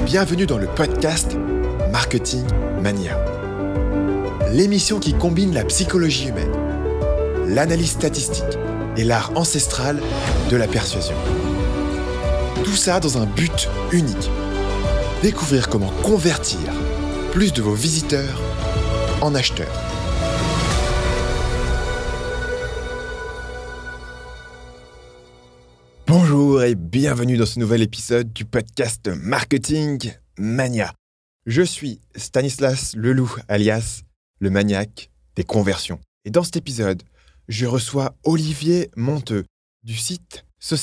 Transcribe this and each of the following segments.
bienvenue dans le podcast Marketing Mania. L'émission qui combine la psychologie humaine, l'analyse statistique et l'art ancestral de la persuasion. Tout ça dans un but unique. Découvrir comment convertir plus de vos visiteurs en acheteurs. Bonjour et bienvenue dans ce nouvel épisode du podcast Marketing Mania. Je suis Stanislas Leloup, alias le maniaque des conversions. Et dans cet épisode, je reçois Olivier Monteux du site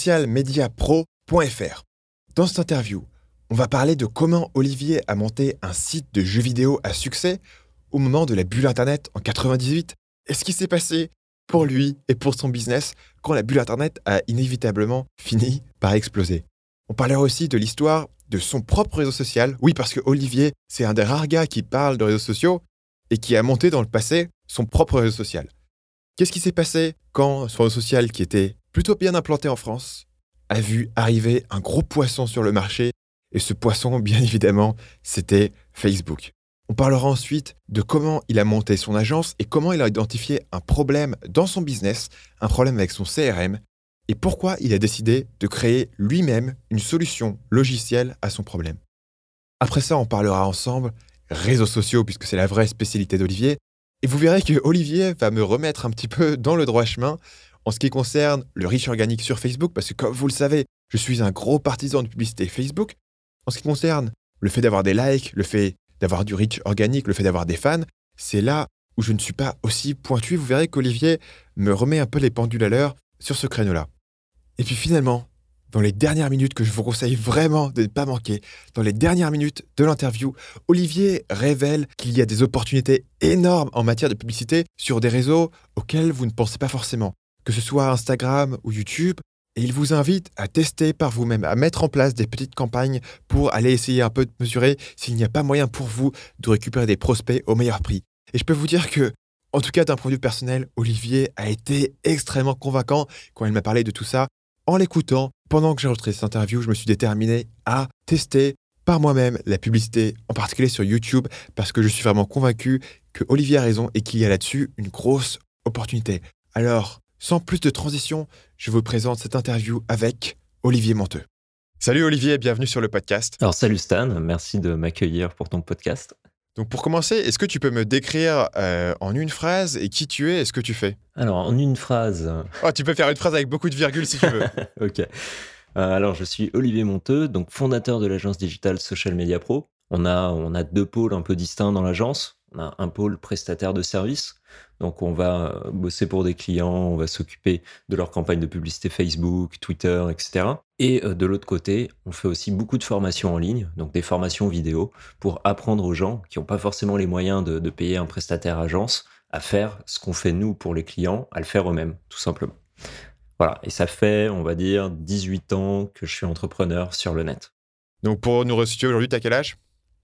socialmediapro.fr. Dans cette interview, on va parler de comment Olivier a monté un site de jeux vidéo à succès au moment de la bulle Internet en 98 et ce qui s'est passé pour lui et pour son business quand la bulle Internet a inévitablement fini par exploser. On parlera aussi de l'histoire de son propre réseau social. Oui, parce que Olivier, c'est un des rares gars qui parle de réseaux sociaux et qui a monté dans le passé son propre réseau social. Qu'est-ce qui s'est passé quand son réseau social, qui était plutôt bien implanté en France, a vu arriver un gros poisson sur le marché? Et ce poisson, bien évidemment, c'était Facebook. On parlera ensuite de comment il a monté son agence et comment il a identifié un problème dans son business, un problème avec son CRM, et pourquoi il a décidé de créer lui-même une solution logicielle à son problème. Après ça, on parlera ensemble réseaux sociaux, puisque c'est la vraie spécialité d'Olivier, et vous verrez que Olivier va me remettre un petit peu dans le droit chemin en ce qui concerne le reach organique sur Facebook, parce que comme vous le savez, je suis un gros partisan de publicité Facebook. En ce qui concerne le fait d'avoir des likes, le fait d'avoir du reach organique, le fait d'avoir des fans, c'est là où je ne suis pas aussi pointu. Vous verrez qu'Olivier me remet un peu les pendules à l'heure sur ce créneau-là. Et puis finalement, dans les dernières minutes que je vous conseille vraiment de ne pas manquer, dans les dernières minutes de l'interview, Olivier révèle qu'il y a des opportunités énormes en matière de publicité sur des réseaux auxquels vous ne pensez pas forcément, que ce soit Instagram ou YouTube. Et il vous invite à tester par vous-même, à mettre en place des petites campagnes pour aller essayer un peu de mesurer s'il n'y a pas moyen pour vous de récupérer des prospects au meilleur prix. Et je peux vous dire que, en tout cas d'un point de vue personnel, Olivier a été extrêmement convaincant quand il m'a parlé de tout ça. En l'écoutant, pendant que j'ai enregistré cette interview, je me suis déterminé à tester par moi-même la publicité, en particulier sur YouTube, parce que je suis vraiment convaincu que Olivier a raison et qu'il y a là-dessus une grosse opportunité. Alors, sans plus de transition, je vous présente cette interview avec Olivier Monteux. Salut Olivier, bienvenue sur le podcast. Alors salut Stan, merci de m'accueillir pour ton podcast. Donc pour commencer, est-ce que tu peux me décrire en une phrase et qui tu es et ce que tu fais? Alors en une phrase... Oh, tu peux faire une phrase avec beaucoup de virgules si tu veux. Ok. Alors je suis Olivier Monteux, donc fondateur de l'agence digitale Social Media Pro. On a deux pôles un peu distincts dans l'agence. On a un pôle prestataire de services. Donc on va bosser pour des clients, on va s'occuper de leur campagne de publicité Facebook, Twitter, etc. Et de l'autre côté, on fait aussi beaucoup de formations en ligne, donc des formations vidéo, pour apprendre aux gens qui n'ont pas forcément les moyens de payer un prestataire agence à faire ce qu'on fait nous pour les clients, à le faire eux-mêmes, tout simplement. Voilà, et ça fait, on va dire, 18 ans que je suis entrepreneur sur le net. Donc pour nous resituer aujourd'hui, t'as quel âge?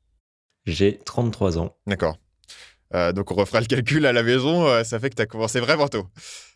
J'ai 33 ans. D'accord. Donc on refera le calcul à la maison, ça fait que tu as commencé vraiment tôt.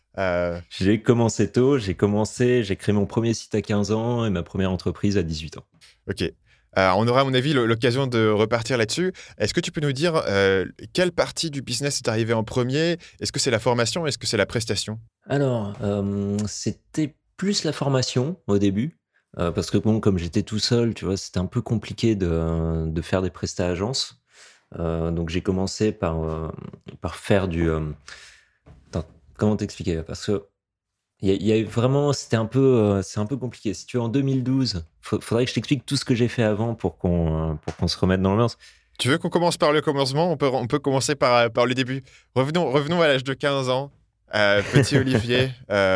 J'ai commencé tôt, j'ai créé mon premier site à 15 ans et ma première entreprise à 18 ans. Ok. On aura à mon avis l'occasion de repartir là-dessus. Est-ce que tu peux nous dire quelle partie du business est arrivée en premier? Est-ce que c'est la formation? Est-ce que c'est la prestation? Alors, c'était plus la formation au début. Parce que bon, comme j'étais tout seul, tu vois, c'était un peu compliqué de faire des prestats agences. Donc j'ai commencé par faire du... Attends, comment t'expliquer? Parce que il y a vraiment... c'est un peu compliqué. Si tu es en 2012, faudrait que je t'explique tout ce que j'ai fait avant pour qu'on se remette dans l'ambiance. Tu veux qu'on commence par le commencement? On peut commencer par le début. Revenons à l'âge de 15 ans. Petit Olivier,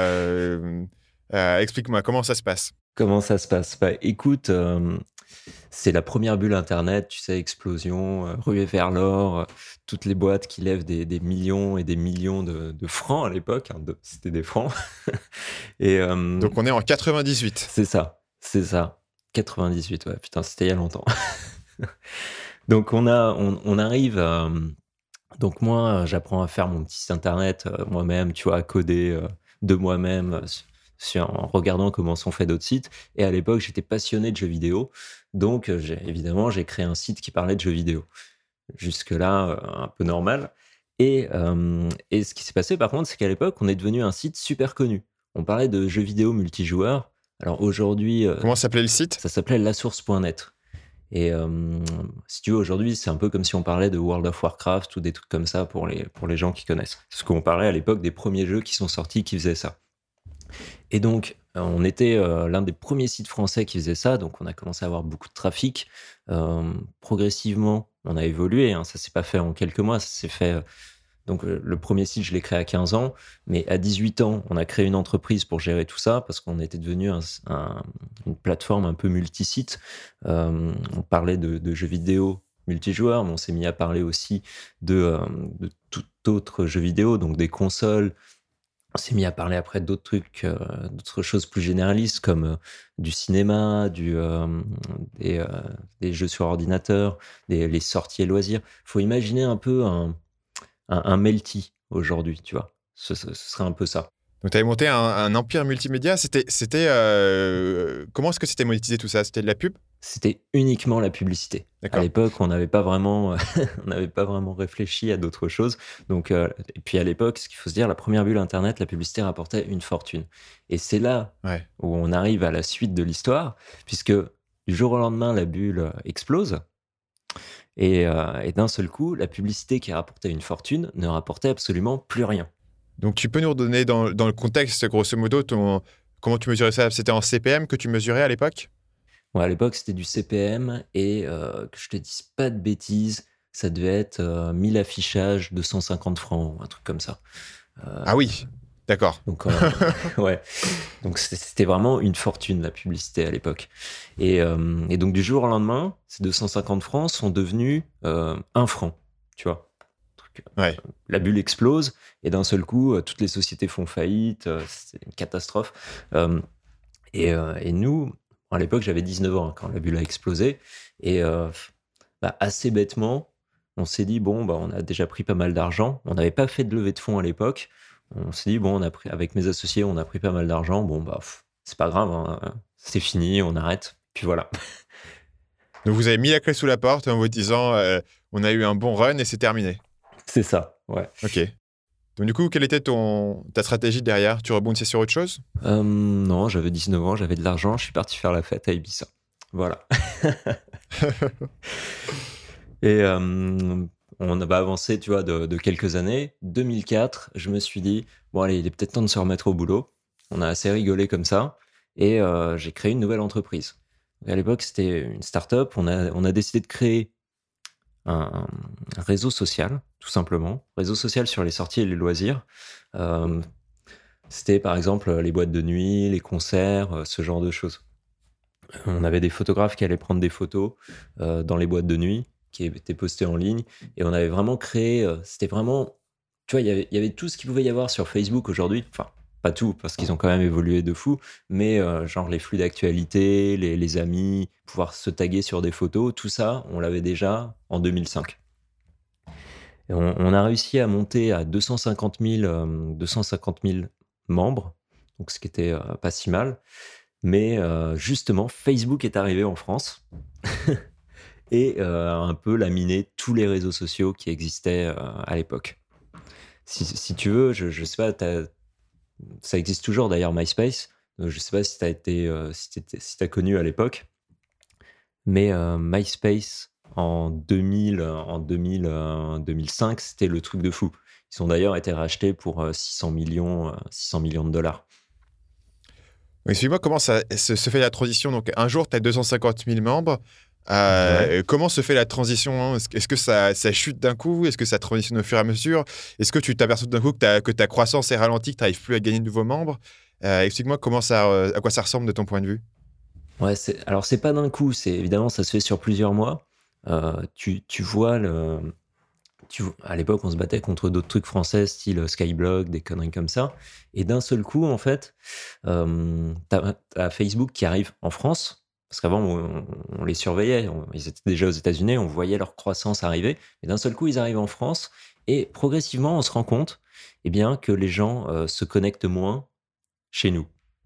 explique-moi, comment ça se passe? Comment ça se passe? Bah, écoute, c'est la première bulle Internet, tu sais, explosion, ruée vers l'or, toutes les boîtes qui lèvent des millions et des millions de francs à l'époque, hein, c'était des francs. Et, donc on est en 98. C'est ça. 98, ouais, putain, c'était il y a longtemps. Donc on arrive... donc moi, j'apprends à faire mon petit site internet moi-même, tu vois, à coder de moi-même en regardant comment sont faits d'autres sites. Et à l'époque, j'étais passionné de jeux vidéo. Donc, évidemment, j'ai créé un site qui parlait de jeux vidéo. Jusque-là, un peu normal. Et ce qui s'est passé, par contre, c'est qu'à l'époque, on est devenu un site super connu. On parlait de jeux vidéo multijoueurs. Alors aujourd'hui, Comment s'appelait le site? ça s'appelait lasource.net. Et si tu veux, aujourd'hui, c'est un peu comme si on parlait de World of Warcraft ou des trucs comme ça pour les gens qui connaissent. Parce qu'on parlait à l'époque des premiers jeux qui sont sortis qui faisaient ça. Et donc, on était l'un des premiers sites français qui faisait ça, donc on a commencé à avoir beaucoup de trafic. Progressivement, on a évolué, hein, ça s'est pas fait en quelques mois, ça s'est fait... donc le premier site, je l'ai créé à 15 ans, mais à 18 ans, on a créé une entreprise pour gérer tout ça, parce qu'on était devenu une plateforme un peu multi-site. On parlait de jeux vidéo multijoueurs, mais on s'est mis à parler aussi de tout autre jeu vidéo, donc des consoles. On s'est mis à parler après d'autres trucs, d'autres choses plus généralistes comme du cinéma, des jeux sur ordinateur, les sorties et loisirs. Faut imaginer un peu un Melty aujourd'hui, tu vois. Ce serait un peu ça. Donc, tu avais monté un empire multimédia. Comment est-ce que c'était monétisé tout ça? C'était de la pub? C'était uniquement la publicité. D'accord. À l'époque, on n'avait pas vraiment, on n'avait pas vraiment réfléchi à d'autres choses. Donc, et puis à l'époque, ce qu'il faut se dire, la première bulle Internet, la publicité rapportait une fortune. Et c'est là Ouais. où on arrive à la suite de l'histoire, puisque du jour au lendemain, la bulle explose. Et d'un seul coup, la publicité qui rapportait une fortune ne rapportait absolument plus rien. Donc, tu peux nous redonner dans le contexte, grosso modo, comment tu mesurais ça? C'était en CPM que tu mesurais à l'époque? Ouais, à l'époque, c'était du CPM et que je te dise pas de bêtises, ça devait être 1000 affichages, 250 francs, un truc comme ça. Ah oui, d'accord. Donc, ouais. Donc, c'était vraiment une fortune, la publicité à l'époque. Et donc, du jour au lendemain, ces 250 francs sont devenus 1 franc, tu vois. Ouais. La bulle explose et d'un seul coup, toutes les sociétés font faillite, c'est une catastrophe. Et nous, à l'époque, j'avais 19 ans quand la bulle a explosé. Et assez bêtement, on s'est dit, bon, on a déjà pris pas mal d'argent. On n'avait pas fait de levée de fonds à l'époque. On s'est dit, bon, avec mes associés, on a pris pas mal d'argent. Bon, c'est pas grave, hein, c'est fini, on arrête. Puis voilà. Donc, vous avez mis la clé sous la porte en vous disant on a eu un bon run et c'est terminé. C'est ça, ouais. Ok. Donc, du coup, quelle était ta stratégie derrière? Tu rebondissais sur autre chose? Non, j'avais 19 ans, j'avais de l'argent, je suis parti faire la fête à Ibiza. Voilà. Et on va avancer, tu vois, de quelques années. 2004, je me suis dit, bon allez, il est peut-être temps de se remettre au boulot. On a assez rigolé comme ça. Et j'ai créé une nouvelle entreprise. À l'époque, c'était une start-up. On a décidé de créer un réseau social, tout simplement. Réseau social sur les sorties et les loisirs. C'était par exemple les boîtes de nuit, les concerts, ce genre de choses. On avait des photographes qui allaient prendre des photos dans les boîtes de nuit, qui étaient postées en ligne. Et on avait vraiment créé... c'était vraiment... Tu vois, il y avait tout ce qu'il pouvait y avoir sur Facebook aujourd'hui. Enfin, pas tout, parce qu'ils ont quand même évolué de fou. Mais genre les flux d'actualité, les amis, pouvoir se taguer sur des photos, tout ça, on l'avait déjà en 2005. Et on a réussi à monter à 250 000 membres, donc ce qui était pas si mal. Mais justement, Facebook est arrivé en France et un peu laminé tous les réseaux sociaux qui existaient à l'époque. Si tu veux, je sais pas, ça existe toujours d'ailleurs MySpace. Je sais pas si t'as connu à l'époque, mais MySpace en 2005, c'était le truc de fou. Ils ont d'ailleurs été rachetés pour 600 millions de dollars. Explique-moi comment se fait la transition. Donc, un jour, tu as 250 000 membres. Ouais. Comment se fait la transition, hein? Est-ce que ça chute d'un coup? Est-ce que ça transitionne au fur et à mesure? Est-ce que tu t'aperçois d'un coup que ta croissance est ralentie, que tu n'arrives plus à gagner de nouveaux membres? Explique-moi à quoi ça ressemble de ton point de vue. Ouais, alors c'est pas d'un coup, évidemment ça se fait sur plusieurs mois. Tu vois à l'époque on se battait contre d'autres trucs français style Skyblog, des conneries comme ça, et d'un seul coup en fait, t'as Facebook qui arrive en France, parce qu'avant on les surveillait, ils étaient déjà aux États-Unis, on voyait leur croissance arriver, et d'un seul coup ils arrivent en France, et progressivement on se rend compte, eh bien, que les gens se connectent moins chez nous.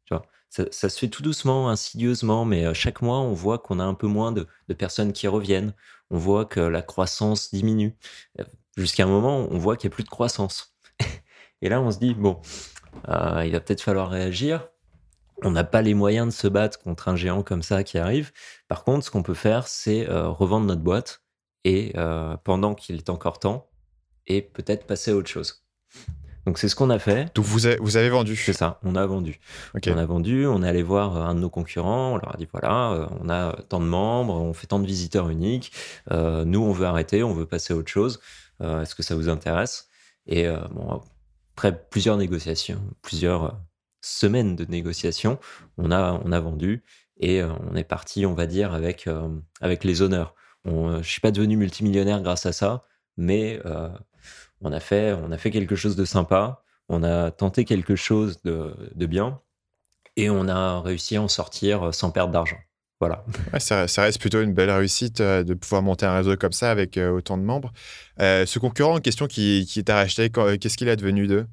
tu vois? Ça se fait tout doucement, insidieusement, mais chaque mois, on voit qu'on a un peu moins de personnes qui reviennent. On voit que la croissance diminue. Heu, Jusqu'à un moment, on voit qu'il y a plus de croissance et là, on se dit: «Bon, il va peut-être falloir réagir». On n'a pas les moyens de se battre contre un géant comme ça qui arrive. Par contre, ce qu'on peut faire, c'est, revendre notre boîte et pendant qu'il est encore temps et peut-être passer à autre chose. Donc c'est ce qu'on a fait. Donc vous avez C'est vendu. ça, on a vendu. Ok. On a vendu, on est allé voir, un de nos concurrents, on leur a dit: «Voilà, on a tant de membres, on fait tant de visiteurs uniques, nous on veut arrêter, on veut passer à autre chose, est-ce que ça vous intéresse?» Et bon, après plusieurs négociations, plusieurs, semaines de négociations, on a vendu et on est parti, on va dire, avec les honneurs. Je suis pas devenu multimillionnaire grâce à ça, mais on a fait quelque chose de sympa, on a tenté quelque chose de bien et on a réussi à en sortir, sans perdre d'argent. Voilà. Ouais, ça reste plutôt une belle réussite de pouvoir monter un réseau comme ça avec autant de membres. Ce concurrent en question qui t'a racheté, qu'est-ce qu'il est devenu d'eux?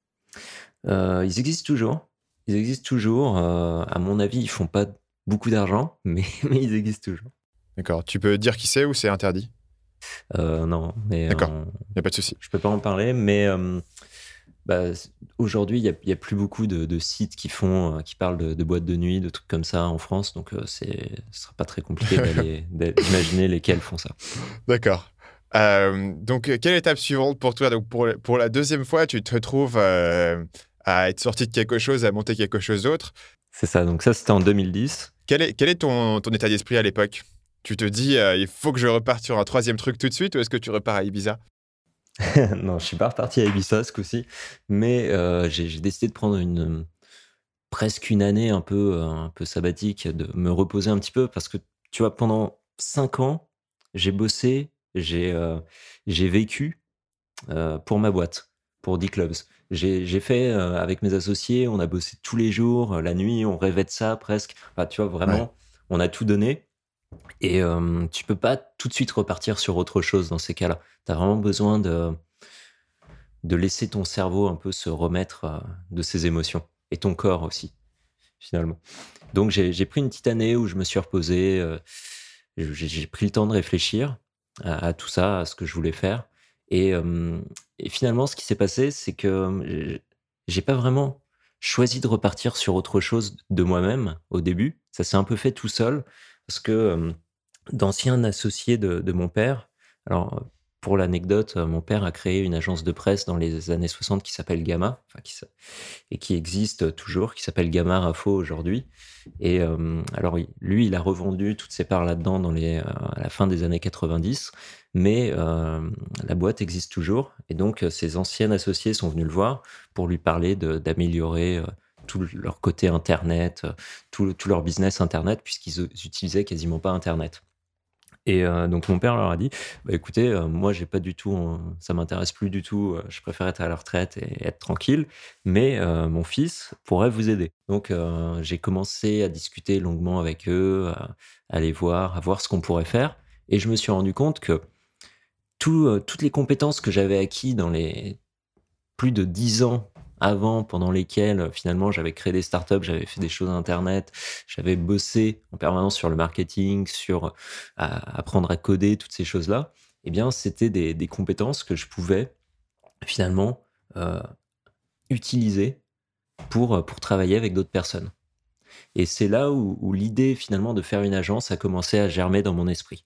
Ils existent toujours. Ils existent toujours, à mon avis, ils font pas beaucoup d'argent, mais mais ils existent toujours. D'accord. Tu peux dire qui c'est ou c'est interdit? Non, mais D'accord, il y a pas de souci. je peux pas en parler, mais bah, aujourd'hui, il y a plus beaucoup de sites qui parlent de boîtes de nuit, de trucs comme ça en France, donc ce sera pas très compliqué d'imaginer lesquels font ça. D'accord. Donc, quelle étape suivante pour toi? Donc pour la deuxième fois, tu te retrouves, à être sorti de quelque chose, à monter quelque chose d'autre. C'est ça, donc ça, c'était en 2010. Quel est ton état d'esprit à l'époque? Tu te dis, «Il faut que je reparte sur un troisième truc tout de suite» ou est-ce que tu repars à Ibiza? Non, je suis pas reparti à Ibiza ce coup-ci, mais j'ai décidé de prendre presque une année un peu sabbatique, de me reposer un petit peu parce que, tu vois, pendant 5 ans, j'ai bossé, j'ai vécu, pour ma boîte, pour D-Clubs. J'ai fait, avec mes associés, on a bossé tous les jours, la nuit, on rêvait de ça presque. Enfin, tu vois, Ouais. vraiment, on a tout donné et tu peux pas tout de suite repartir sur autre chose dans ces cas-là. Tu as vraiment besoin de laisser ton cerveau un peu se remettre, de ses émotions et ton corps aussi, finalement. Donc j'ai pris une petite année où je me suis reposé, j'ai pris le temps de réfléchir à tout ça, à ce que je voulais faire et finalement ce qui s'est passé, c'est que, j'ai pas vraiment choisi de repartir sur autre chose de moi-même au début. Ça s'est un peu fait tout seul parce que, d'anciens associés de mon père. Alors, pour l'anecdote, mon père a créé une agence de presse dans les années 60 qui s'appelle Gamma, enfin et qui existe toujours, qui s'appelle Gamma Info aujourd'hui. Et alors lui, il a revendu toutes ses parts là-dedans à la fin des années 90, mais la boîte existe toujours. Et donc, ses anciens associés sont venus le voir pour lui parler d'améliorer tout leur côté Internet, tout leur business Internet, puisqu'ils utilisaient quasiment pas Internet. Et donc mon père leur a dit: «Bah, écoutez, moi j'ai pas du tout, ça m'intéresse plus du tout, je préfère être à la retraite et être tranquille, mais mon fils pourrait vous aider». Donc j'ai commencé à discuter longuement avec eux, à les voir, à voir ce qu'on pourrait faire et je me suis rendu compte que toutes les compétences que j'avais acquis dans les plus de 10 ans avant, pendant lesquels, finalement, j'avais créé des startups, j'avais fait des choses internet, j'avais bossé en permanence sur le marketing, sur apprendre à coder, toutes ces choses-là. Eh bien, c'était des compétences que je pouvais finalement, heu, utiliser pour travailler avec d'autres personnes. Et c'est là où l'idée finalement de faire une agence a commencé à germer dans mon esprit.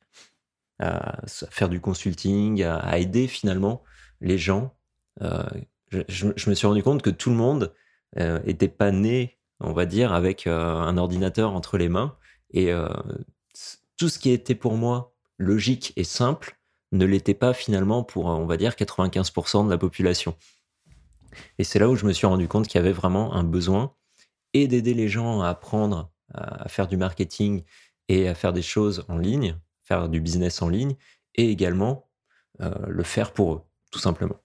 À faire du consulting, à aider finalement les gens. Heu, je me suis rendu compte que tout le monde, était pas né, on va dire, avec, un ordinateur entre les mains et tout ce qui était pour moi logique et simple ne l'était pas finalement pour, on va dire 95 de la population. Et c'est là où je me suis rendu compte qu'il y avait vraiment un besoin et d'aider les gens à apprendre à faire du marketing et à faire des choses en ligne, faire du business en ligne et également, le faire pour eux, tout simplement.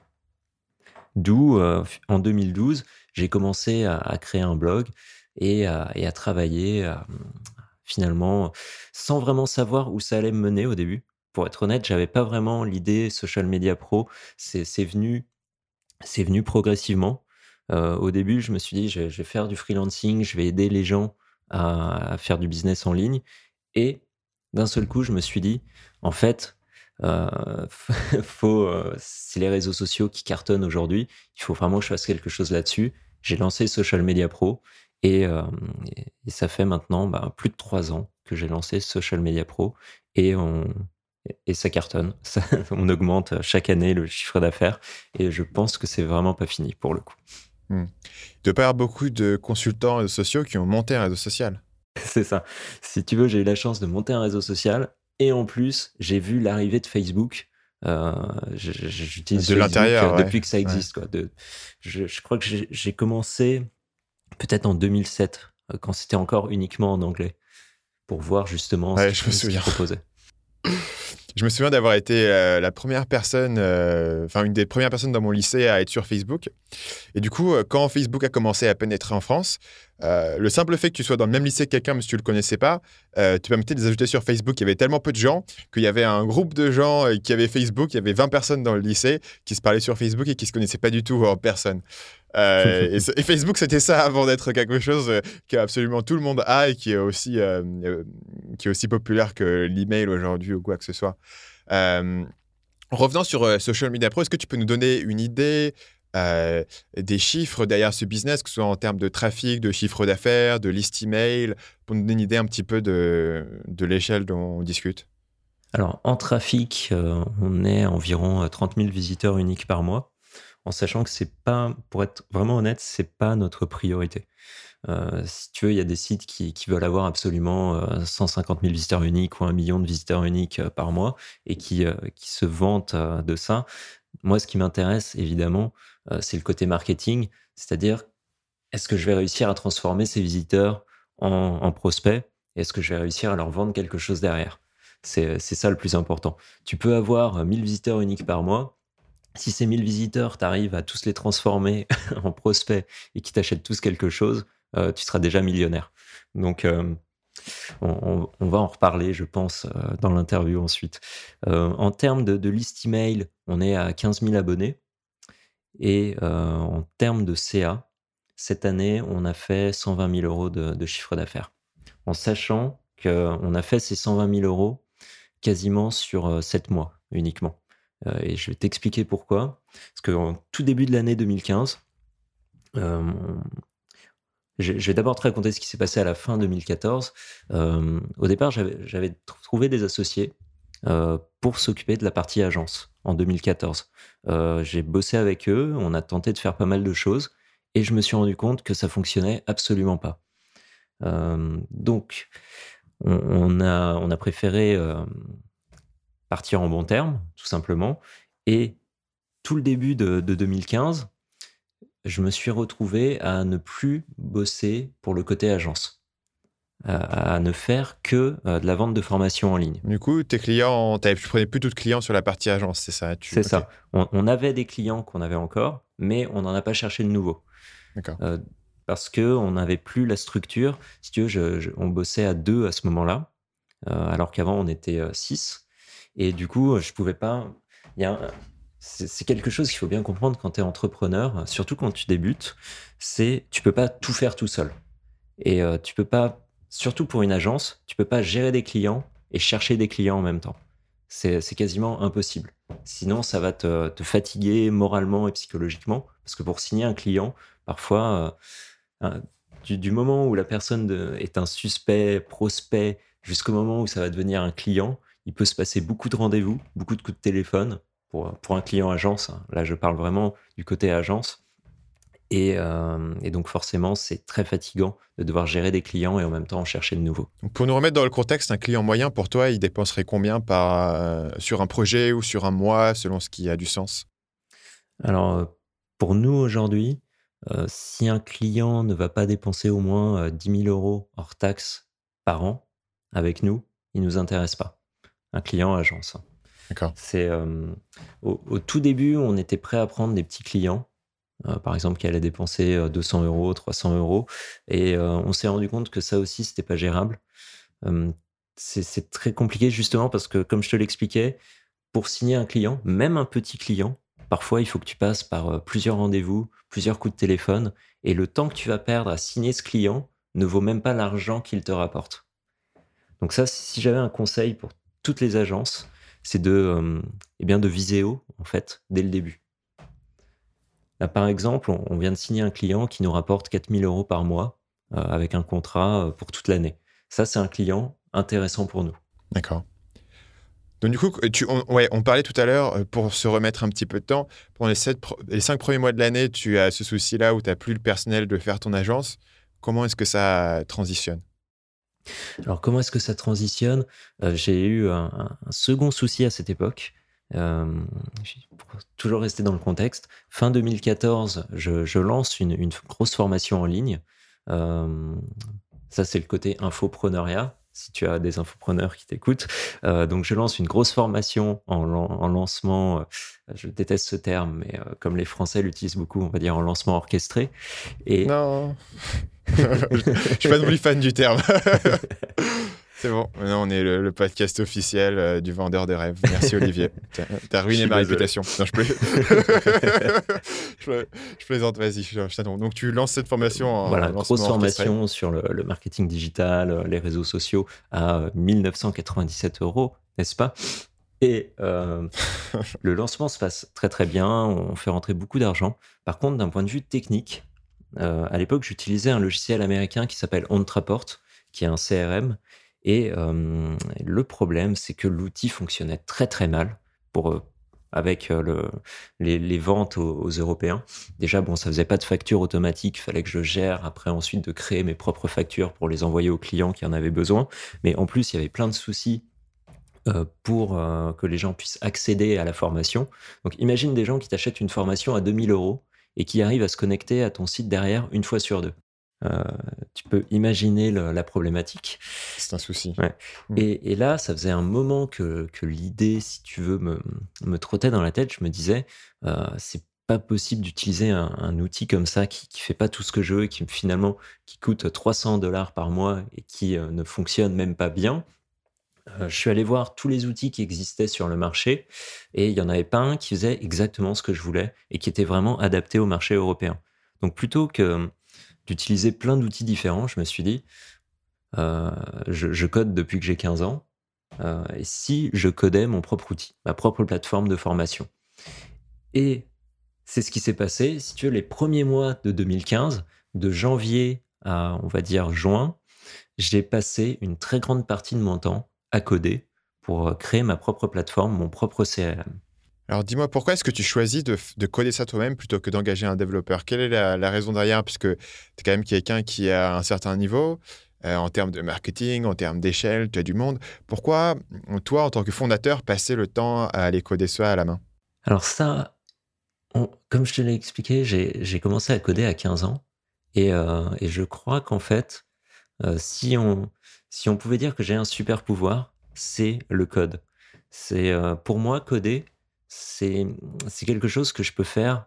D'où, en 2012, j'ai commencé à créer un blog et à travailler, finalement, sans vraiment savoir où ça allait me mener au début. Pour être honnête, j'avais pas vraiment l'idée social media pro, c'est venu progressivement. Au début, je me suis dit: «Je vais faire du freelancing, je vais aider les gens à faire du business en ligne» et d'un seul coup, je me suis dit: «En fait, heu, c'est les réseaux sociaux qui cartonnent aujourd'hui, il faut vraiment que je fasse quelque chose là-dessus». J'ai lancé Social Media Pro et ça fait maintenant, plus de 3 ans que j'ai lancé Social Media Pro et ça cartonne. Ça on augmente chaque année le chiffre d'affaires et je pense que c'est vraiment pas fini pour le coup. Mmh. Il doit pas y avoir beaucoup de consultants réseaux sociaux qui ont monté un réseau social. C'est ça. Si tu veux, j'ai eu la chance de monter un réseau social et en plus, j'ai vu l'arrivée de Facebook. Heu, j'utilise De Facebook, l'intérieur, ouais. depuis que ça Ouais. existe, quoi. Je crois que j'ai commencé peut-être en 2007, quand c'était encore uniquement en anglais, pour voir justement Ouais, je me ce qu'ils souviens. proposaient. Je me souviens d'avoir été, la première personne, enfin une des premières personnes dans mon lycée à être sur Facebook et du coup, quand Facebook a commencé à pénétrer en France, le simple fait que tu sois dans le même lycée que quelqu'un, même si tu le connaissais pas, te permettait de les ajouter sur Facebook. Il y avait tellement peu de gens qu'il y avait un groupe de gens, qui avaient Facebook. Il y avait 20 personnes dans le lycée qui se parlaient sur Facebook et qui se connaissaient pas du tout en personne. Et Facebook, c'était ça avant d'être quelque chose, que absolument tout le monde a et qui est aussi populaire que l'email aujourd'hui ou quoi que ce soit. Hem, Revenant sur, Social Media Pro, est-ce que tu peux nous donner une idée, heu, des chiffres derrière ce business, que ce soit en termes de trafic, de chiffre d'affaires, de liste email, pour nous donner une idée un petit peu de l'échelle dont on discute? Alors en trafic, on est à environ, 30 000 visiteurs uniques par mois, en sachant que c'est pas pour être vraiment honnête, c'est pas notre priorité. Si tu veux, il y a des sites qui veulent avoir absolument, 150 000 visiteurs uniques ou 1 million de visiteurs uniques, par mois et qui se vantent, de ça. Moi, ce qui m'intéresse évidemment, c'est le côté marketing, c'est-à-dire, est-ce que je vais réussir à transformer ces visiteurs en prospects? Est-ce que je vais réussir à leur vendre quelque chose derrière? C'est ça le plus important. Tu peux avoir, 1 000 visiteurs uniques par mois. Si ces 1 000 visiteurs, tu arrives à tous les transformer en prospects et qu'ils t'achètent tous quelque chose, tu seras déjà millionnaire. Donc, on va en reparler, je pense, dans l'interview ensuite. En termes de liste email, on est à 15 000 abonnés et en termes de CA, cette année, on a fait 120 000 € de chiffre d'affaires. En sachant qu'on a fait ces 120 000 € quasiment sur, 7 mois uniquement. Et je vais t'expliquer pourquoi. Parce qu'en tout début de l'année 2015, hem, je vais d'abord te raconter ce qui s'est passé à la fin 2014. Au départ, j'avais trouvé des associés, pour s'occuper de la partie agence en 2014. J'ai bossé avec eux, on a tenté de faire pas mal de choses et je me suis rendu compte que ça fonctionnait absolument pas. Donc on a préféré, partir en bons termes, tout simplement et tout le début de 2015, je me suis retrouvé à ne plus bosser pour le côté agence, à ne faire que, de la vente de formation en ligne. Du coup, tes clients, tu prenais plus de clients sur la partie agence, c'est ça? C'est OK, ça. On avait des clients qu'on avait encore, mais on n'en a pas cherché de nouveaux, d'accord. heu, parce qu'on n'avait plus la structure. Si tu veux, on bossait à 2 à ce moment-là, alors qu'avant on était, 6 et du coup, je pouvais pas il y a un c'est quelque chose qu'il faut bien comprendre quand tu es entrepreneur, surtout quand tu débutes, c'est tu peux pas tout faire tout seul et tu peux pas surtout pour une agence, tu peux pas gérer des clients et chercher des clients en même temps. C'est quasiment impossible. Sinon, ça va te fatiguer moralement et psychologiquement parce que pour signer un client, parfois, du moment où la personne est un suspect, prospect, jusqu'au moment où ça va devenir un client, il peut se passer beaucoup de rendez-vous, beaucoup de coups de téléphone pour un client agence, hein. Là, je parle vraiment du côté agence. Et donc forcément, c'est très fatigant de devoir gérer des clients et en même temps en chercher de nouveaux. Donc pour nous remettre dans le contexte, un client moyen pour toi, il dépenserait combien sur un projet ou sur un mois, selon ce qui a du sens? Alors, pour nous aujourd'hui, si un client ne va pas dépenser au moins, 10 000 € hors taxes par an avec nous, il nous intéresse pas. Un client agence, hein. D'accord. C'est, au tout début, on était prêt à prendre des petits clients, par exemple qui allaient dépenser, 200 €, 300 € et on s'est rendu compte que ça aussi, c'était pas gérable. Hem, c'est très compliqué justement parce que comme je te l'expliquais, pour signer un client, même un petit client, Parfois, il faut que tu passes par plusieurs rendez-vous, plusieurs coups de téléphone, et le temps que tu vas perdre à signer ce client ne vaut même pas l'argent qu'il te rapporte. Donc ça, si j'avais un conseil pour toutes les agences, c'est de viser haut, en fait, dès le début. Là, par exemple, on vient de signer un client qui nous rapporte 4 000 € par mois avec un contrat pour toute l'année. Ça, c'est un client intéressant pour nous. D'accord. Donc du coup, on parlait tout à l'heure, pour se remettre un petit peu de temps, pendant les 5 premiers mois de l'année, tu as ce souci-là où tu n'as plus le personnel de faire ton agence. Comment est-ce que ça transitionne? Alors, comment est-ce que ça transitionne? J'ai eu un second souci à cette époque. Pour toujours rester dans le contexte, fin 2014, je lance une grosse formation en ligne. Hem, Ça, c'est le côté infopreneuriat, si tu as des infopreneurs qui t'écoutent. Donc je lance une grosse formation en lancement, je déteste ce terme, mais comme les Français l'utilisent beaucoup, on va dire en lancement orchestré et Non, je suis pas non plus fan du terme. C'est bon, maintenant on est le podcast officiel du vendeur de rêves. Merci Olivier, t'as ruiné ma réputation. Non, je plaisante, vas-y, je t'attends. Donc tu lances cette formation en voilà, lancement grosse orchestré. formation sur le marketing digital, les réseaux sociaux à 1 997 €, n'est-ce pas? Et le lancement se passe très, très bien, on fait rentrer beaucoup d'argent. Par contre, d'un point de vue technique, à l'époque, j'utilisais un logiciel américain qui s'appelle OnTraport, qui est un CRM et le problème, c'est que l'outil fonctionnait très, très mal pour, avec, les ventes aux Européens. Déjà, bon, ça faisait pas de facture automatique, il fallait que je gère après ensuite de créer mes propres factures pour les envoyer aux clients qui en avaient besoin. Mais en plus, il y avait plein de soucis pour que les gens puissent accéder à la formation. Donc imagine des gens qui t'achètent une formation à 2 000 € et qui arrivent à se connecter à ton site derrière une fois sur deux. Heu, Tu peux imaginer la problématique. C'est un souci. Ouais. Mm. Et là, ça faisait un moment que l'idée, si tu veux, me trottait dans la tête. Je me disais, «C'est pas possible d'utiliser un outil comme ça qui fait pas tout ce que je veux et finalement qui coûte 300 $ par mois et qui, ne fonctionne même pas bien». Je suis allé voir tous les outils qui existaient sur le marché et il y en avait pas un qui faisait exactement ce que je voulais et qui était vraiment adapté au marché européen. Donc plutôt que d'utiliser plein d'outils différents, je me suis dit, heu, je code depuis que j'ai 15 ans, et si je codais mon propre outil, ma propre plateforme de formation? Et c'est ce qui s'est passé. Si tu veux, les premiers mois de 2015, de janvier à, on va dire, juin, j'ai passé une très grande partie de mon temps à coder pour, créer ma propre plateforme, mon propre CRM. Alors dis-moi, pourquoi est-ce que tu choisis de coder ça toi-même plutôt que d'engager un développeur? Quelle est la raison derrière? Puisque tu es quand même quelqu'un qui a un certain niveau, en termes de marketing, en termes d'échelle, tu as du monde. Pourquoi, toi, en tant que fondateur, passer le temps à aller coder ça à la main? Alors ça, comme je te l'ai expliqué, j'ai commencé à coder à 15 ans et je crois qu'en fait, si on pouvait dire que j'ai un super pouvoir, c'est le code. Pour moi, coder, c'est quelque chose que je peux faire,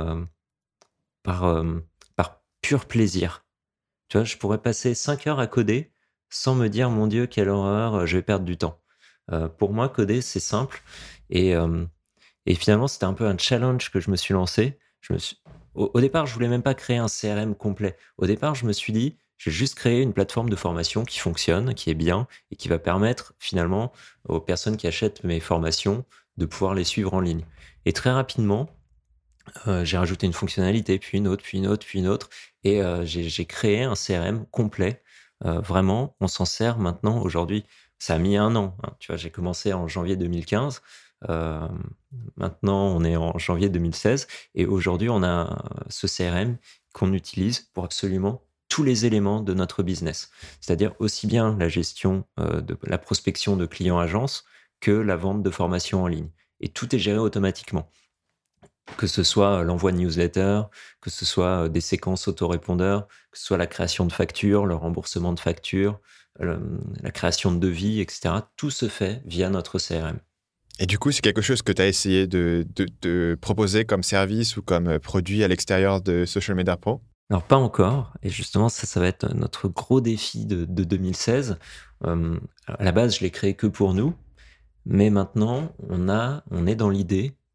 par, par pur plaisir. Tu vois? Je pourrais passer 5 heures à coder sans me dire: «Mon Dieu, quelle horreur, je vais perdre du temps». Pour moi, coder, c'est simple et hem et finalement, c'était un peu un challenge que je me suis lancé. Je me suis Au départ, je voulais même pas créer un CRM complet. Au départ, je me suis dit: «Je vais juste créer une plateforme de formation qui fonctionne, qui est bien et qui va permettre finalement aux personnes qui achètent mes formations de pouvoir les suivre en ligne». Et très rapidement, j'ai rajouté une fonctionnalité, puis une autre, puis une autre, puis une autre et j'ai créé un CRM complet. Vraiment, on s'en sert maintenant aujourd'hui. Ça a mis 1 an, hein, tu vois? J'ai commencé en janvier 2015, hem, maintenant on est en janvier 2016 et aujourd'hui on a ce CRM qu'on utilise pour absolument tous les éléments de notre business. C'est-à-dire aussi bien la gestion, de la prospection de clients agences que la vente de formations en ligne et tout est géré automatiquement. Que ce soit, l'envoi de newsletter, que ce soit, des séquences autorépondeurs, que ce soit la création de factures, le remboursement de factures, la création de devis et cetera. Tout se fait via notre CRM. Et du coup, c'est quelque chose que tu as essayé de proposer comme service ou comme produit à l'extérieur de Social Media Pro? Alors pas encore et justement ça va être notre gros défi de 2016. À la base, je l'ai créé que pour nous, mais maintenant on est dans l'idée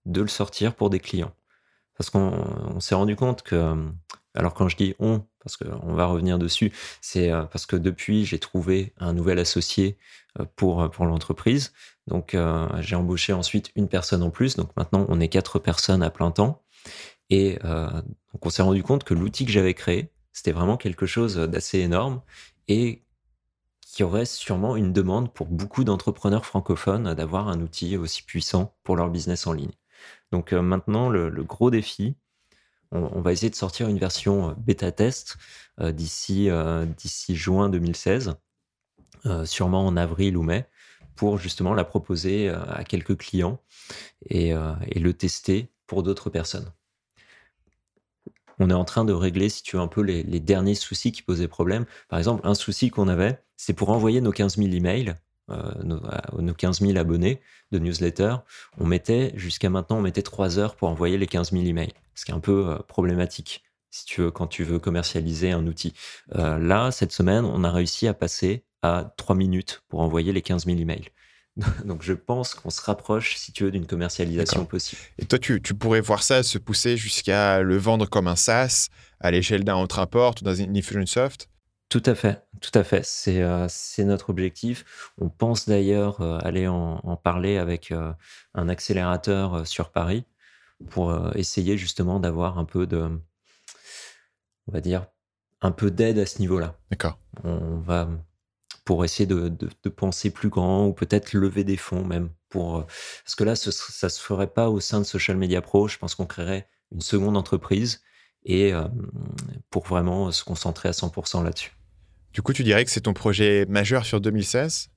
de le sortir pour des clients. Parce qu'on s'est rendu compte que, alors quand je dis on, parce qu'on va revenir dessus, c'est parce que depuis, j'ai trouvé un nouvel associé pour l'entreprise. Donc, j'ai embauché ensuite une personne en plus. Donc maintenant, on est 4 personnes à plein temps. Et donc, on s'est rendu compte que l'outil que j'avais créé, c'était vraiment quelque chose d'assez énorme et qu'il y aurait sûrement une demande pour beaucoup d'entrepreneurs francophones d'avoir un outil aussi puissant pour leur business en ligne. Donc maintenant, le gros défi, on va essayer de sortir une version bêta test d'ici juin 2016, sûrement en avril ou mai, pour justement la proposer à quelques clients et le tester pour d'autres personnes. On est en train de régler, si tu veux, un peu les derniers soucis qui posaient problème. Par exemple, un souci qu'on avait, c'est pour envoyer nos 15 000 emails, nos 15 000 abonnés de newsletter, jusqu'à maintenant, on mettait 3 heures pour envoyer les 15 000 emails. Ce qui est un peu problématique, si tu veux, quand tu veux commercialiser un outil. Là, cette semaine, on a réussi à passer à 3 minutes pour envoyer les 15 000 emails. Donc, je pense qu'on se rapproche, si tu veux, d'une commercialisation D'accord. possible. Et toi, tu pourrais voir ça se pousser jusqu'à le vendre comme un SaaS à l'échelle d'un Autraport ou dans une Infusionsoft? Tout à fait, tout à fait. C'est notre objectif. On pense d'ailleurs aller en parler avec un accélérateur sur Paris pour essayer justement d'avoir un peu on va dire, un peu d'aide à ce niveau-là. D'accord. On va pour essayer de penser plus grand ou peut-être lever des fonds même parce que là, ça se ferait pas au sein de Social Media Pro. Je pense qu'on créerait une seconde entreprise et pour vraiment se concentrer à 100% là-dessus. Du coup, tu dirais que c'est ton projet majeur sur 2016?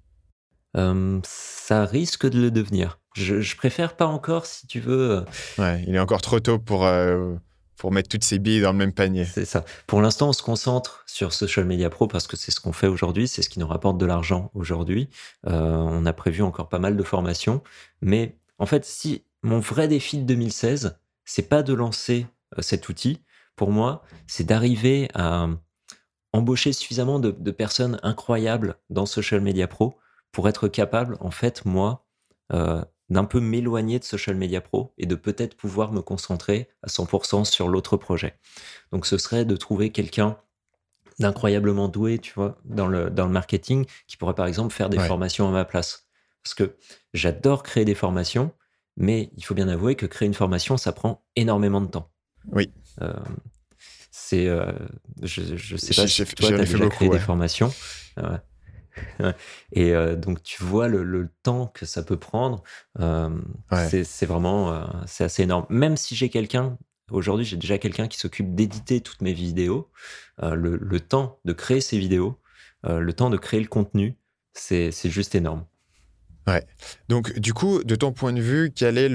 Ça risque de le devenir. Je préfère pas encore, si tu veux. Ouais, il est encore trop tôt pour mettre toutes ses billes dans le même panier. C'est ça. Pour l'instant, on se concentre sur Social Media Pro parce que c'est ce qu'on fait aujourd'hui, c'est ce qui nous rapporte de l'argent aujourd'hui. On a prévu encore pas mal de formations, mais en fait, si mon vrai défi de 2016, c'est pas de lancer cet outil. Pour moi, c'est d'arriver à embaucher suffisamment de personnes incroyables dans Social Media Pro pour être capable, en fait, moi, d'un peu m'éloigner de Social Media Pro et de peut-être pouvoir me concentrer à 100% sur l'autre projet. Donc, ce serait de trouver quelqu'un d'incroyablement doué, tu vois, dans le marketing, qui pourrait, par exemple, faire des Ouais. formations à ma place. Parce que j'adore créer des formations, mais il faut bien avouer que créer une formation, ça prend énormément de temps. Oui. Euh, c'est, je sais pas J'ai si toi, j'en tu as ai fait déjà créé beaucoup, des ouais. formations. Ouais. Ouais. Et donc, tu vois le temps que ça peut prendre. Ouais. C'est vraiment c'est assez énorme. Même si aujourd'hui, j'ai déjà quelqu'un qui s'occupe d'éditer toutes mes vidéos. Le temps de créer ces vidéos, le temps de créer le contenu, c'est juste énorme. Ouais. Donc, du coup, de ton point de vue, quel est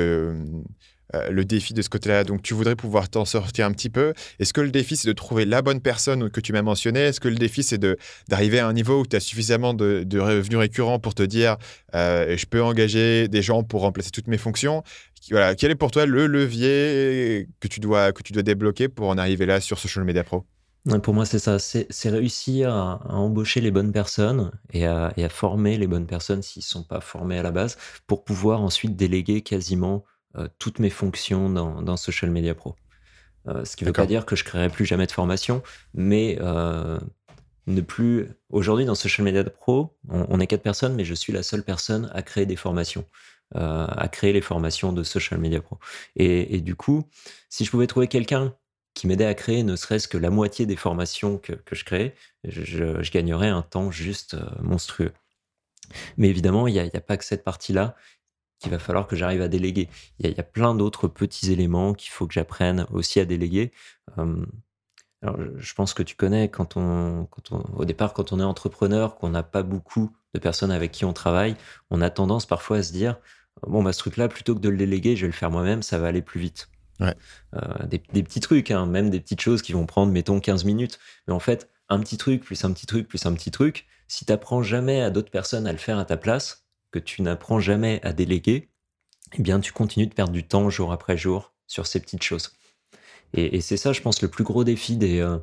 le défi de ce côté-là? Donc, tu voudrais pouvoir t'en sortir un petit peu. Est-ce que le défi, c'est de trouver la bonne personne que tu m'as mentionné? Est-ce que le défi, c'est d'arriver à un niveau où tu as suffisamment de revenus récurrents pour te dire je peux engager des gens pour remplacer toutes mes fonctions? Voilà. Quel est pour toi le levier que tu dois débloquer pour en arriver là sur Social Media Pro? Ouais, pour moi, c'est ça. C'est réussir à embaucher les bonnes personnes et à former les bonnes personnes s'ils ne sont pas formés à la base pour pouvoir ensuite déléguer quasiment toutes mes fonctions dans Social Media Pro. Ce qui ne veut pas D'accord. dire que je créerai plus jamais de formation, mais ne plus. Aujourd'hui, dans Social Media Pro, on est 4 personnes, mais je suis la seule personne à créer des formations, à créer les formations de Social Media Pro. Et du coup, si je pouvais trouver quelqu'un qui m'aidait à créer ne serait-ce que la moitié des formations que je crée, je gagnerais un temps juste monstrueux. Mais évidemment, il y a pas que cette partie-là qu'il va falloir que j'arrive à déléguer. Il y a plein d'autres petits éléments qu'il faut que j'apprenne aussi à déléguer. Euh, alors, je pense que tu connais au départ, quand on est entrepreneur, qu'on n'a pas beaucoup de personnes avec qui on travaille, on a tendance parfois à se dire, bon, bah, ce truc-là, plutôt que de le déléguer, je vais le faire moi-même, ça va aller plus vite. Ouais. Des petits trucs, hein, même des petites choses qui vont prendre, mettons, 15 minutes. Mais en fait, un petit truc, plus un petit truc, plus un petit truc, si tu n'apprends jamais à d'autres personnes à le faire à ta place, que tu n'apprends jamais à déléguer, eh bien, tu continues de perdre du temps jour après jour sur ces petites choses. Et c'est ça, je pense, le plus gros défi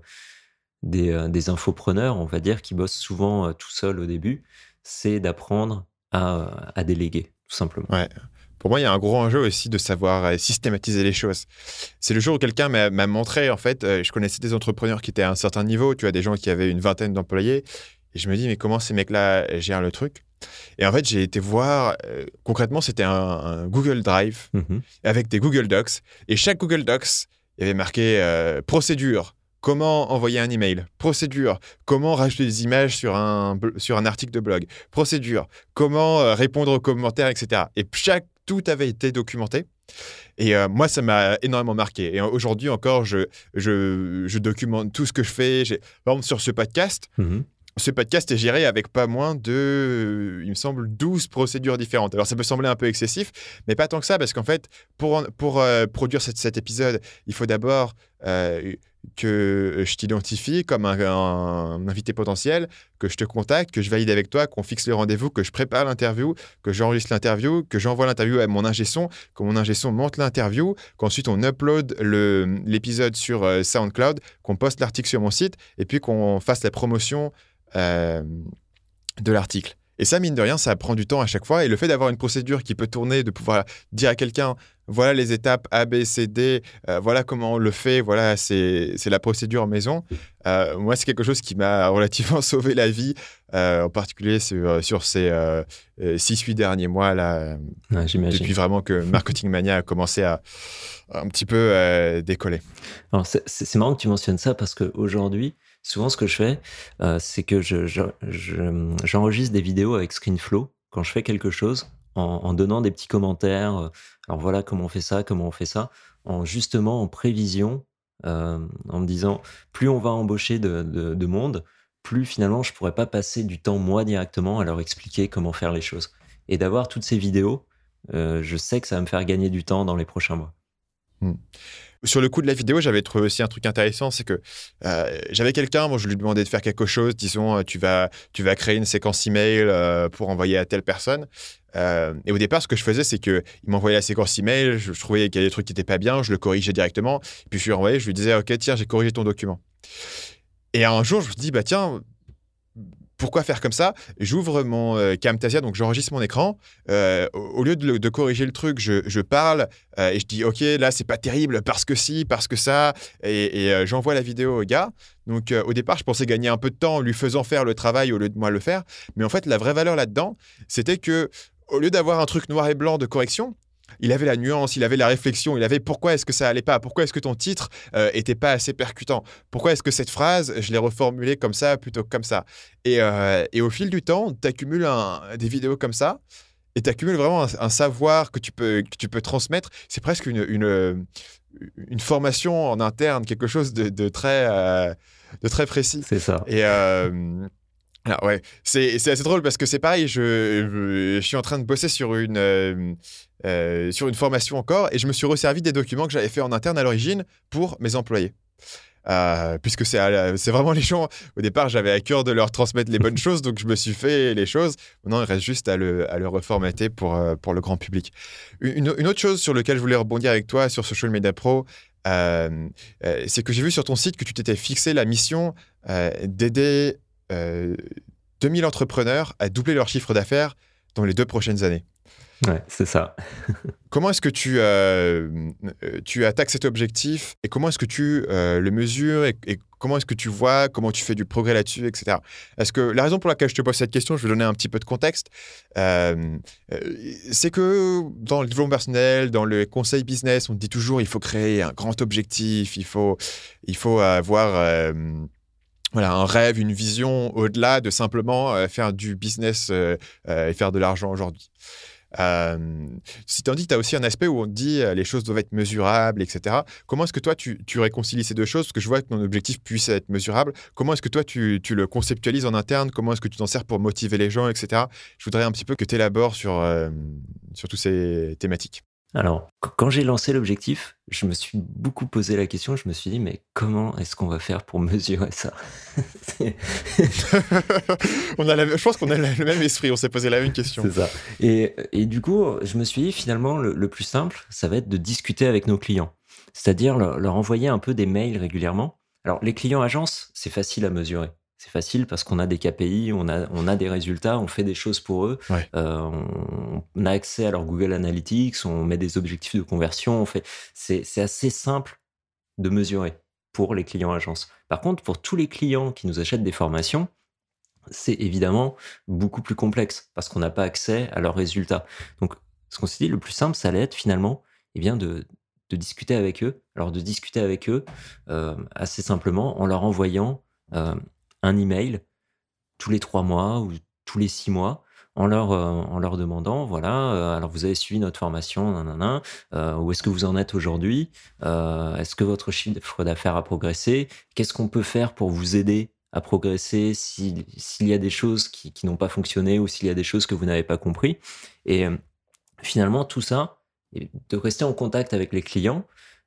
des infopreneurs, on va dire, qui bossent souvent tout seuls au début, c'est d'apprendre à déléguer, tout simplement. Ouais. Pour moi, il y a un gros enjeu aussi de savoir systématiser les choses. C'est le jour où quelqu'un m'a montré, en fait, je connaissais des entrepreneurs qui étaient à un certain niveau, tu vois, des gens qui avaient une vingtaine d'employés, et je me dis, mais comment ces mecs-là gèrent le truc? Et en fait, j'ai été voir, concrètement, c'était un Google Drive Mhm. avec des Google Docs, et chaque Google Docs, il y avait marqué procédure. Comment envoyer un email? Procédure. Comment rajouter des images sur un article de blog? Procédure. Comment répondre aux commentaires, etc. Et tout avait été documenté. Et moi, ça m'a énormément marqué. Et aujourd'hui encore, je documente tout ce que je fais. Par exemple, sur Mhm. ce podcast est géré avec pas moins de, il me semble, 12 procédures différentes. Alors, ça peut sembler un peu excessif, mais pas tant que ça, parce qu'en fait, pour produire cet épisode, il faut d'abord que je t'identifie comme un invité potentiel, que je te contacte, que je valide avec toi, qu'on fixe le rendez-vous, que je prépare l'interview, que j'enregistre l'interview, que j'envoie l'interview à mon ingé son, que mon ingé son monte l'interview, qu'ensuite on upload l'épisode sur SoundCloud, qu'on poste l'article sur mon site, et puis qu'on fasse la promotion de l'article. Et ça, mine de rien, ça prend du temps à chaque fois. Et le fait d'avoir une procédure qui peut tourner, de pouvoir dire à quelqu'un, voilà les étapes A, B, C, D, voilà comment on le fait, voilà, c'est la procédure maison. Moi, c'est quelque chose qui m'a relativement sauvé la vie, en particulier sur ces 6-8 derniers mois, là, Ouais, j'imagine. depuis vraiment que Marketing Mania a commencé à un petit peu décoller. Alors, c'est marrant que tu mentionnes ça parce qu'aujourd'hui, souvent ce que je fais, c'est que j'enregistre des vidéos avec ScreenFlow quand je fais quelque chose, en donnant des petits commentaires. Alors voilà comment on fait ça, justement en prévision, en me disant plus on va embaucher de monde, plus finalement je pourrais pas passer du temps moi directement à leur expliquer comment faire les choses. Et d'avoir toutes ces vidéos, je sais que ça va me faire gagner du temps dans les prochains mois. Sur le coup de la vidéo, j'avais trouvé aussi un truc intéressant, c'est que j'avais quelqu'un, je lui demandais de faire quelque chose, disons, tu vas créer une séquence email pour envoyer à telle personne. Et au départ, ce que je faisais, c'est qu'il m'envoyait la séquence email, je trouvais qu'il y avait des trucs qui n'étaient pas bien, je le corrigeais directement, puis je lui renvoyais, je lui disais, ok, tiens, j'ai corrigé ton document. Et un jour, je me suis dit, bah tiens, pourquoi faire comme ça? J'ouvre mon Camtasia, donc j'enregistre mon écran. Au lieu de corriger le truc, je parle et je dis OK, là c'est pas terrible parce que si, parce que ça, et j'envoie la vidéo au gars. Donc au départ, je pensais gagner un peu de temps en lui faisant faire le travail au lieu de moi le faire. Mais en fait, la vraie valeur là-dedans, c'était que au lieu d'avoir un truc noir et blanc de correction, il avait la nuance, il avait la réflexion, il avait pourquoi est-ce que ça allait pas, pourquoi est-ce que ton titre était pas assez percutant, pourquoi est-ce que cette phrase, je l'ai reformulée comme ça plutôt que comme ça. Et au fil du temps, tu accumules des vidéos comme ça et tu accumules vraiment un savoir que tu peux transmettre. C'est presque une formation en interne, quelque chose de très précis. C'est ça. Et alors, ouais, c'est assez drôle parce que c'est pareil, je suis en train de bosser sur une formation encore et je me suis resservi des documents que j'avais fait en interne à l'origine pour mes employés. Puisque c'est vraiment les gens, au départ j'avais à cœur de leur transmettre les bonnes choses, donc je me suis fait les choses. Maintenant il reste juste à le reformater pour le grand public. Une autre chose sur laquelle je voulais rebondir avec toi sur Social Media Pro, c'est que j'ai vu sur ton site que tu t'étais fixé la mission d'aider 2000 entrepreneurs à doubler leur chiffre d'affaires dans les 2 prochaines années. Ouais, c'est ça. Comment est-ce que tu attaques cet objectif et comment est-ce que tu le mesures et comment est-ce que tu vois, comment tu fais du progrès là-dessus, etc. Est-ce que la raison pour laquelle je te pose cette question, je vais donner un petit peu de contexte, c'est que dans le développement personnel, dans le conseil business, on te dit toujours il faut créer un grand objectif, il faut avoir voilà, un rêve, une vision au-delà de simplement faire du business et faire de l'argent aujourd'hui. Si tu en dis que tu as aussi un aspect où on te dit les choses doivent être mesurables, etc. Comment est-ce que toi, tu réconcilies ces deux choses? Parce que je vois que ton objectif puisse être mesurable. Comment est-ce que toi, tu le conceptualises en interne? Comment est-ce que tu t'en sers pour motiver les gens, etc. Je voudrais un petit peu que tu élabores sur toutes ces thématiques. Alors, quand j'ai lancé l'objectif, je me suis beaucoup posé la question, je me suis dit, mais comment est-ce qu'on va faire pour mesurer ça? Je pense qu'on a le même esprit, on s'est posé la même question. C'est ça. Et du coup, je me suis dit, finalement, le plus simple, ça va être de discuter avec nos clients. C'est-à-dire leur envoyer un peu des mails régulièrement. Alors, les clients agences, c'est facile à mesurer. C'est facile parce qu'on a des KPI, on a des résultats, on fait des choses pour eux. Ouais. On a accès à leur Google Analytics, on met des objectifs de conversion. C'est assez simple de mesurer pour les clients agences. Par contre, pour tous les clients qui nous achètent des formations, c'est évidemment beaucoup plus complexe parce qu'on n'a pas accès à leurs résultats. Donc, ce qu'on s'est dit, le plus simple, ça allait être finalement de discuter avec eux. Alors, de discuter avec eux assez simplement en leur envoyant un email tous les 3 mois ou tous les 6 mois en leur demandant, voilà, alors vous avez suivi notre formation, nanana, où est-ce que vous en êtes aujourd'hui? Est-ce que votre chiffre d'affaires a progressé? Qu'est-ce qu'on peut faire pour vous aider à progresser s'il y a des choses qui n'ont pas fonctionné ou s'il y a des choses que vous n'avez pas compris? Et finalement, tout ça, et de rester en contact avec les clients,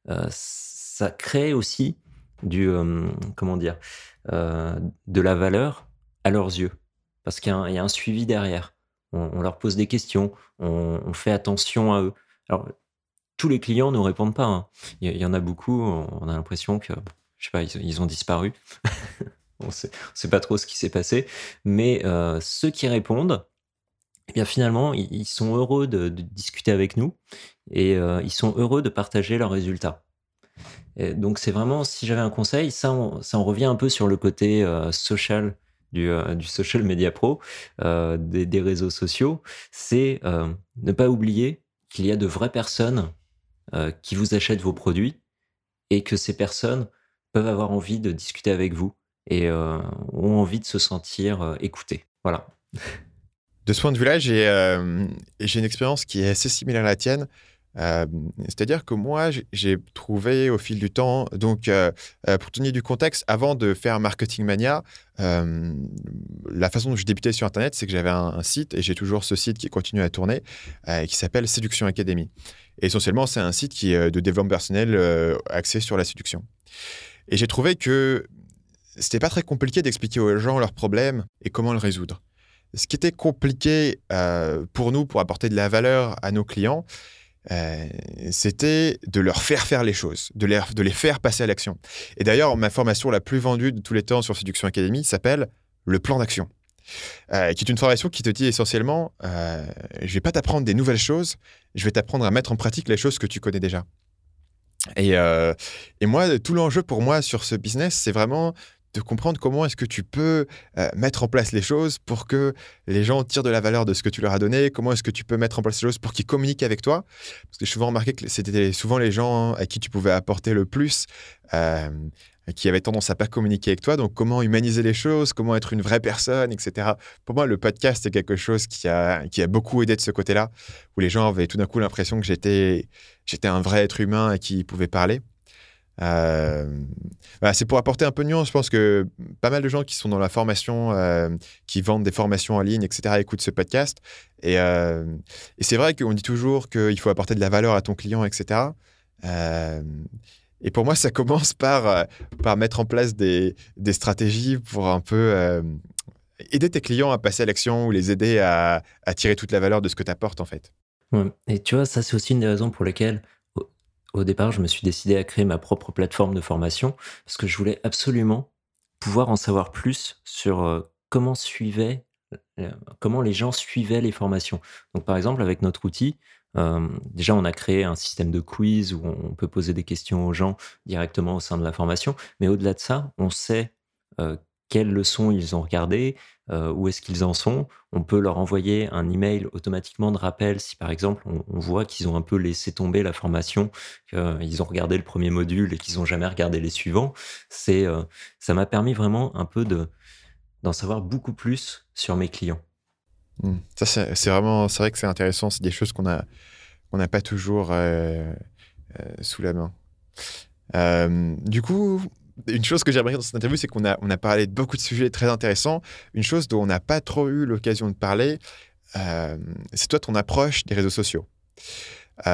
ça crée aussi comment dire? De la valeur à leurs yeux. Parce qu'il y a un suivi derrière. On leur pose des questions, on fait attention à eux. Alors, tous les clients ne répondent pas, hein. Il y en a beaucoup, on a l'impression que, je sais pas, ils ont disparu. On sait pas trop ce qui s'est passé. Mais ceux qui répondent, eh bien finalement, ils sont heureux de discuter avec nous et ils sont heureux de partager leurs résultats. Et donc c'est vraiment, si j'avais un conseil, ça on revient un peu sur le côté social du social media pro, des réseaux sociaux, c'est ne pas oublier qu'il y a de vraies personnes qui vous achètent vos produits et que ces personnes peuvent avoir envie de discuter avec vous et ont envie de se sentir écoutées. Voilà. De ce point de vue-là, j'ai une expérience qui est assez similaire à la tienne. C'est-à-dire que moi, j'ai trouvé au fil du temps, donc pour te donner du contexte, avant de faire Marketing Mania, la façon dont je débutais sur Internet, c'est que j'avais un site, et j'ai toujours ce site qui continue à tourner, qui s'appelle Séduction Academy. Et essentiellement, c'est un site qui est de développement personnel axé sur la séduction. Et j'ai trouvé que c'était pas très compliqué d'expliquer aux gens leurs problèmes et comment le résoudre. Ce qui était compliqué pour nous, pour apporter de la valeur à nos clients, c'était de leur faire les choses, de les faire passer à l'action. Et d'ailleurs, ma formation la plus vendue de tous les temps sur Séduction Academy s'appelle le plan d'action, qui est une formation qui te dit essentiellement je vais pas t'apprendre des nouvelles choses, je vais t'apprendre à mettre en pratique les choses que tu connais déjà. Et moi, tout l'enjeu pour moi sur ce business, c'est vraiment de comprendre comment est-ce que tu peux mettre en place les choses pour que les gens tirent de la valeur de ce que tu leur as donné, comment est-ce que tu peux mettre en place les choses pour qu'ils communiquent avec toi. Parce que j'ai souvent remarqué que c'était souvent les gens à qui tu pouvais apporter le plus qui avaient tendance à pas communiquer avec toi. Donc, comment humaniser les choses, comment être une vraie personne, etc. Pour moi, le podcast est quelque chose qui a beaucoup aidé de ce côté-là, où les gens avaient tout d'un coup l'impression que j'étais un vrai être humain à qui ils pouvaient parler. Voilà, c'est pour apporter un peu de nuance. Je pense que pas mal de gens qui sont dans la formation, qui vendent des formations en ligne, etc., écoutent ce podcast. Et c'est vrai qu'on dit toujours qu'il faut apporter de la valeur à ton client, etc. Et pour moi, ça commence par mettre en place des stratégies pour un peu aider tes clients à passer à l'action ou les aider à tirer toute la valeur de ce que tu apportes, en fait. Ouais. Et tu vois, ça, c'est aussi une des raisons pour lesquelles, au départ, je me suis décidé à créer ma propre plateforme de formation parce que je voulais absolument pouvoir en savoir plus sur comment les gens suivaient les formations. Donc, par exemple, avec notre outil, déjà, on a créé un système de quiz où on peut poser des questions aux gens directement au sein de la formation. Mais au-delà de ça, on sait quelles leçons ils ont regardées, où est-ce qu'ils en sont. On peut leur envoyer un email automatiquement de rappel si, par exemple, on voit qu'ils ont un peu laissé tomber la formation, qu'ils ont regardé le premier module et qu'ils n'ont jamais regardé les suivants. Ça m'a permis vraiment un peu d'en savoir beaucoup plus sur mes clients. Ça, c'est vrai que c'est intéressant. C'est des choses qu'on n'a pas toujours sous la main. Du coup, une chose que j'aimerais dans cette interview, c'est qu'on a parlé de beaucoup de sujets très intéressants. Une chose dont on n'a pas trop eu l'occasion de parler, c'est toi, ton approche des réseaux sociaux.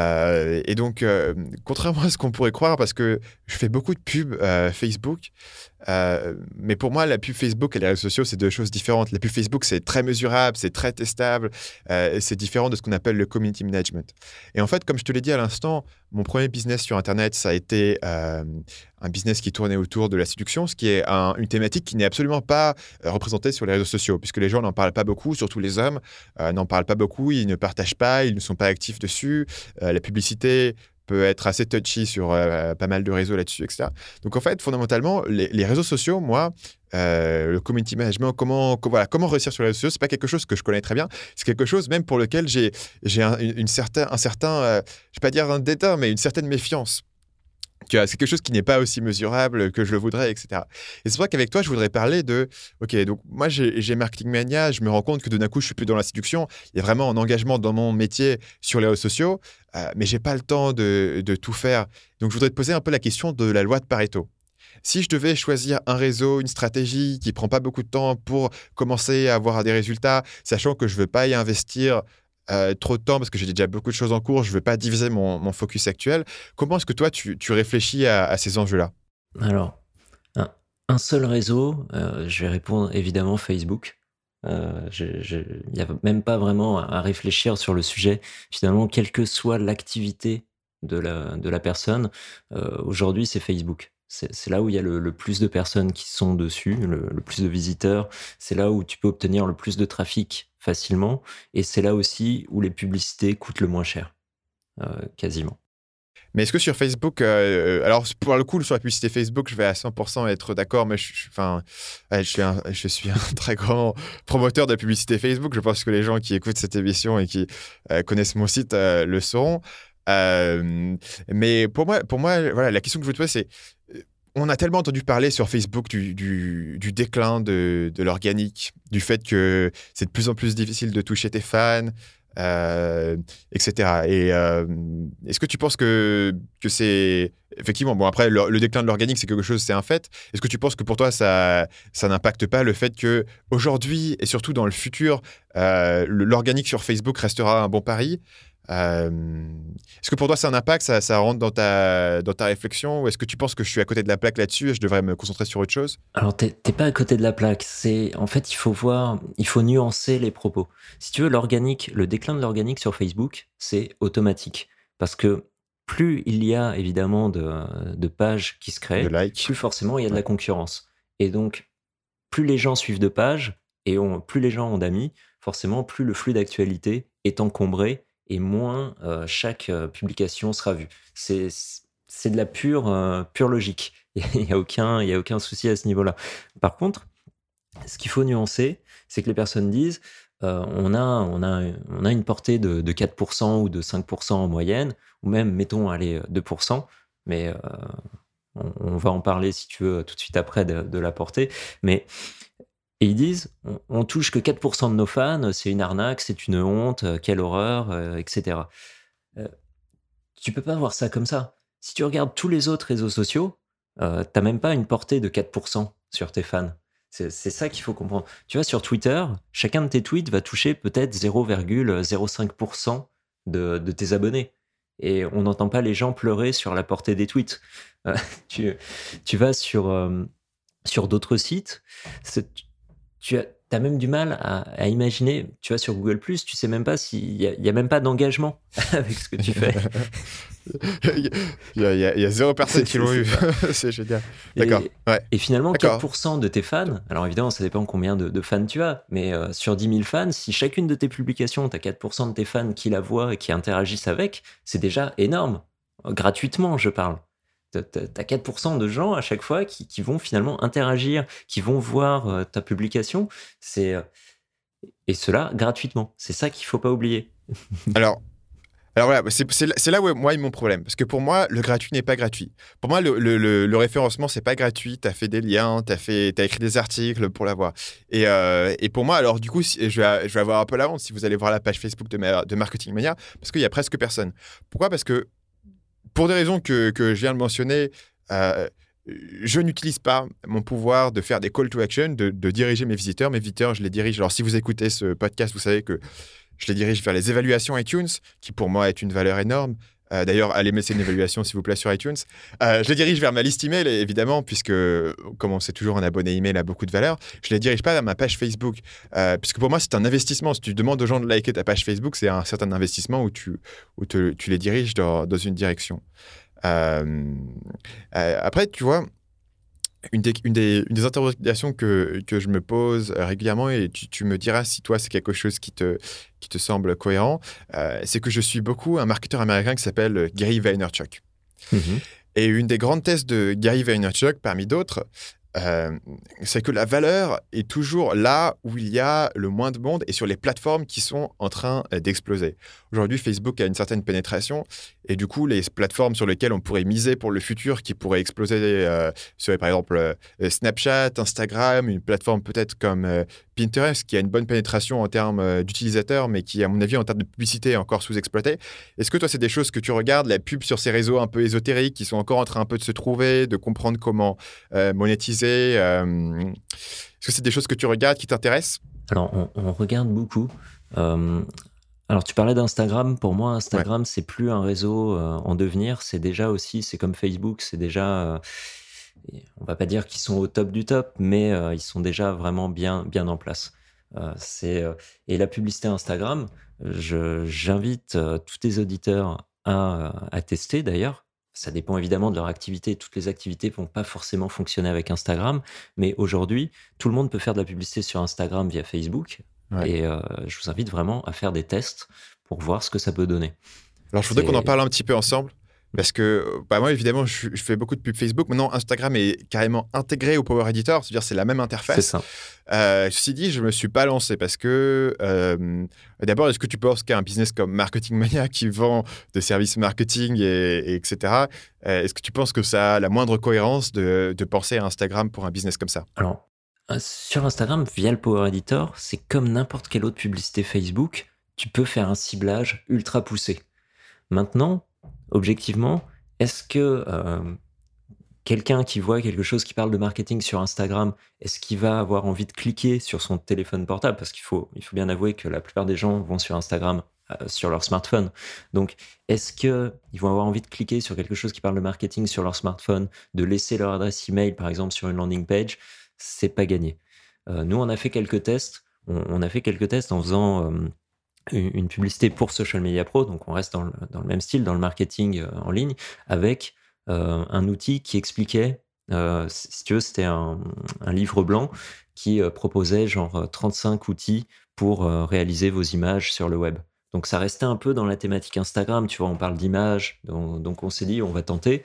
Et donc, contrairement à ce qu'on pourrait croire, parce que je fais beaucoup de pubs Facebook, Mais pour moi, la pub Facebook et les réseaux sociaux, c'est deux choses différentes. La pub Facebook, c'est très mesurable, c'est très testable, et c'est différent de ce qu'on appelle le community management. Et en fait, comme je te l'ai dit à l'instant, mon premier business sur Internet, ça a été un business qui tournait autour de la séduction, ce qui est une thématique qui n'est absolument pas représentée sur les réseaux sociaux, puisque les gens n'en parlent pas beaucoup, surtout les hommes n'en parlent pas beaucoup, ils ne partagent pas, ils ne sont pas actifs dessus. La publicité peut être assez touchy sur pas mal de réseaux là-dessus, etc. Donc en fait, fondamentalement, les réseaux sociaux, moi, le community management, comment réussir sur les réseaux sociaux, c'est pas quelque chose que je connais très bien. C'est quelque chose même pour lequel j'ai un certain, je vais pas dire un dédain, mais une certaine méfiance. Tu vois, c'est quelque chose qui n'est pas aussi mesurable que je le voudrais, etc. Et c'est vrai qu'avec toi, je voudrais parler de... OK, donc moi, j'ai Marketing Mania, je me rends compte que d'un coup, je suis plus dans la séduction. Il y a vraiment un engagement dans mon métier sur les réseaux sociaux, mais j'ai pas le temps de tout faire. Donc, je voudrais te poser un peu la question de la loi de Pareto. Si je devais choisir un réseau, une stratégie qui prend pas beaucoup de temps pour commencer à avoir des résultats, sachant que je veux pas y investir trop de temps parce que j'ai déjà beaucoup de choses en cours, je ne veux pas diviser mon focus actuel. Comment est-ce que toi, tu réfléchis à ces enjeux-là? Alors, un seul réseau, je vais répondre évidemment Facebook. Il n'y a même pas vraiment à réfléchir sur le sujet. Finalement, quelle que soit l'activité de la personne, aujourd'hui, c'est Facebook. C'est là où il y a le plus de personnes qui sont dessus, le plus de visiteurs. C'est là où tu peux obtenir le plus de trafic facilement. Et c'est là aussi où les publicités coûtent le moins cher, quasiment. Mais est-ce que sur Facebook, alors pour le coup, sur la publicité Facebook, je vais à 100% être d'accord, mais je suis un très grand promoteur de la publicité Facebook. Je pense que les gens qui écoutent cette émission et qui connaissent mon site le sauront. Mais pour moi, voilà, la question que je veux te poser, c'est on a tellement entendu parler sur Facebook du déclin de l'organique, du fait que c'est de plus en plus difficile de toucher tes fans, etc. Et est-ce que tu penses que c'est... Effectivement, bon, après, le déclin de l'organique, c'est quelque chose, c'est un fait. Est-ce que tu penses que pour toi, ça n'impacte pas le fait qu'aujourd'hui, et surtout dans le futur, l'organique sur Facebook restera un bon pari? Est-ce que pour toi, c'est un impact, ça rentre dans ta réflexion, ou est-ce que tu penses que je suis à côté de la plaque là-dessus et je devrais me concentrer sur autre chose? Alors, t'es pas à côté de la plaque. En fait, il faut nuancer les propos. Si tu veux, le déclin de l'organique sur Facebook, c'est automatique. Parce que plus il y a évidemment de pages qui se De créent, like. plus forcément il y a de Ouais. la concurrence. Et donc, plus les gens suivent de pages et plus les gens ont d'amis, forcément, plus le flux d'actualité est encombré et moins chaque publication sera vue. C'est de la pure logique. Il y a aucun souci à ce niveau-là. Par contre, ce qu'il faut nuancer, c'est que les personnes disent on a une portée de 4% ou de 5% en moyenne, ou même, mettons, allez, 2%, mais on va en parler, si tu veux, tout de suite après de la portée. Et ils disent on touche que 4% de nos fans, c'est une arnaque, c'est une honte, quelle horreur, etc. Tu peux pas voir ça comme ça. Si tu regardes tous les autres réseaux sociaux, t'as même pas une portée de 4% sur tes fans. C'est ça qu'il faut comprendre. Tu vois, sur Twitter, chacun de tes tweets va toucher peut-être 0,05% de tes abonnés. Et on n'entend pas les gens pleurer sur la portée des tweets. Euh, tu vas sur d'autres sites, tu as même du mal à imaginer, tu vois, sur Google+, tu sais même pas s'il y a même pas d'engagement avec ce que tu fais. Il y a zéro personne qui l'ont C'est eu. ça. C'est génial. D'accord. Ouais. Et finalement, D'accord. 4% de tes fans, alors évidemment, ça dépend combien de fans tu as, mais sur 10 000 fans, si chacune de tes publications, tu as 4% de tes fans qui la voient et qui interagissent avec, c'est déjà énorme. Gratuitement, je parle. T'as 4% de gens à chaque fois qui vont finalement interagir, qui vont voir ta publication, et cela gratuitement. C'est ça qu'il faut pas oublier. Alors voilà, c'est là où moi, il y a mon problème. Parce que pour moi, le gratuit n'est pas gratuit. Pour moi, le référencement, c'est pas gratuit. Tu as fait des liens, tu as écrit des articles pour l'avoir. Et pour moi, alors du coup, je vais avoir un peu la honte si vous allez voir la page Facebook de Marketing Mania, parce qu'il y a presque personne. Pourquoi? Parce que pour des raisons que je viens de mentionner, je n'utilise pas mon pouvoir de faire des call to action, de diriger mes visiteurs. Mes visiteurs, je les dirige. Alors, si vous écoutez ce podcast, vous savez que je les dirige vers les évaluations iTunes, qui pour moi est une valeur énorme. D'ailleurs, allez me laisser une évaluation, s'il vous plaît, sur iTunes. Je les dirige vers ma liste email, évidemment, puisque, comme on sait toujours, un abonné email a beaucoup de valeur. Je les dirige pas vers ma page Facebook, puisque pour moi, c'est un investissement. Si tu demandes aux gens de liker ta page Facebook, c'est un certain investissement tu les diriges dans une direction. Après, tu vois, une des interrogations que je me pose régulièrement, et tu me diras si toi, c'est quelque chose qui te semble cohérent, c'est que je suis beaucoup un marketeur américain qui s'appelle Gary Vaynerchuk. Mhm. Et une des grandes thèses de Gary Vaynerchuk, parmi d'autres, c'est que la valeur est toujours là où il y a le moins de monde et sur les plateformes qui sont en train d'exploser. Aujourd'hui, Facebook a une certaine pénétration et du coup, les plateformes sur lesquelles on pourrait miser pour le futur, qui pourraient exploser, seraient par exemple Snapchat, Instagram, une plateforme peut-être comme Pinterest, qui a une bonne pénétration en termes d'utilisateurs, mais qui, à mon avis, en termes de publicité, est encore sous-exploitée. Est-ce que toi, c'est des choses que tu regardes, la pub sur ces réseaux un peu ésotériques, qui sont encore en train un peu de se trouver, de comprendre comment monétiser Est-ce que c'est des choses que tu regardes, qui t'intéressent? Alors, on regarde beaucoup. Alors, tu parlais d'Instagram. Pour moi, Ouais, Instagram, c'est plus un réseau en devenir. C'est déjà aussi, c'est comme Facebook, c'est déjà, on va pas dire qu'ils sont au top du top, mais ils sont déjà vraiment bien, bien en place. Et la publicité Instagram, j'invite tous tes auditeurs à tester d'ailleurs. Ça dépend évidemment de leur activité. Toutes les activités vont pas forcément fonctionner avec Instagram, mais aujourd'hui, tout le monde peut faire de la publicité sur Instagram via Facebook. ouais. Et je vous invite vraiment à faire des tests pour voir ce que ça peut donner. Alors, je voudrais qu'on en C'est parle un petit peu ensemble. Parce que moi, évidemment, je fais beaucoup de pubs Facebook. Maintenant, Instagram est carrément intégré au Power Editor, c'est-à-dire c'est la même c'est interface. ça. Ceci dit, je ne me suis pas lancé parce que, d'abord, est-ce que tu penses qu'un business comme Marketing Mania qui vend des services marketing etc., est-ce que tu penses que ça a la moindre cohérence de penser à Instagram pour un business comme ça? Alors, sur Instagram, via le Power Editor, c'est comme n'importe quelle autre publicité Facebook. Tu peux faire un ciblage ultra poussé. Maintenant, objectivement, est-ce que quelqu'un qui voit quelque chose qui parle de marketing sur Instagram, est-ce qu'il va avoir envie de cliquer sur son téléphone portable? Parce il faut bien avouer que la plupart des gens vont sur Instagram sur leur smartphone. Donc, est-ce qu'ils vont avoir envie de cliquer sur quelque chose qui parle de marketing sur leur smartphone, de laisser leur adresse email, par exemple, sur une landing page? C'est pas gagné. Nous, on a fait quelques tests. On a fait quelques tests en faisant une publicité pour Social Media Pro, donc on reste dans le même style, dans le marketing en ligne, avec un outil qui expliquait, si tu veux, c'était un livre blanc qui proposait genre 35 outils pour réaliser vos images sur le web. Donc ça restait un peu dans la thématique Instagram, tu vois, on parle d'images, donc on s'est dit on va tenter.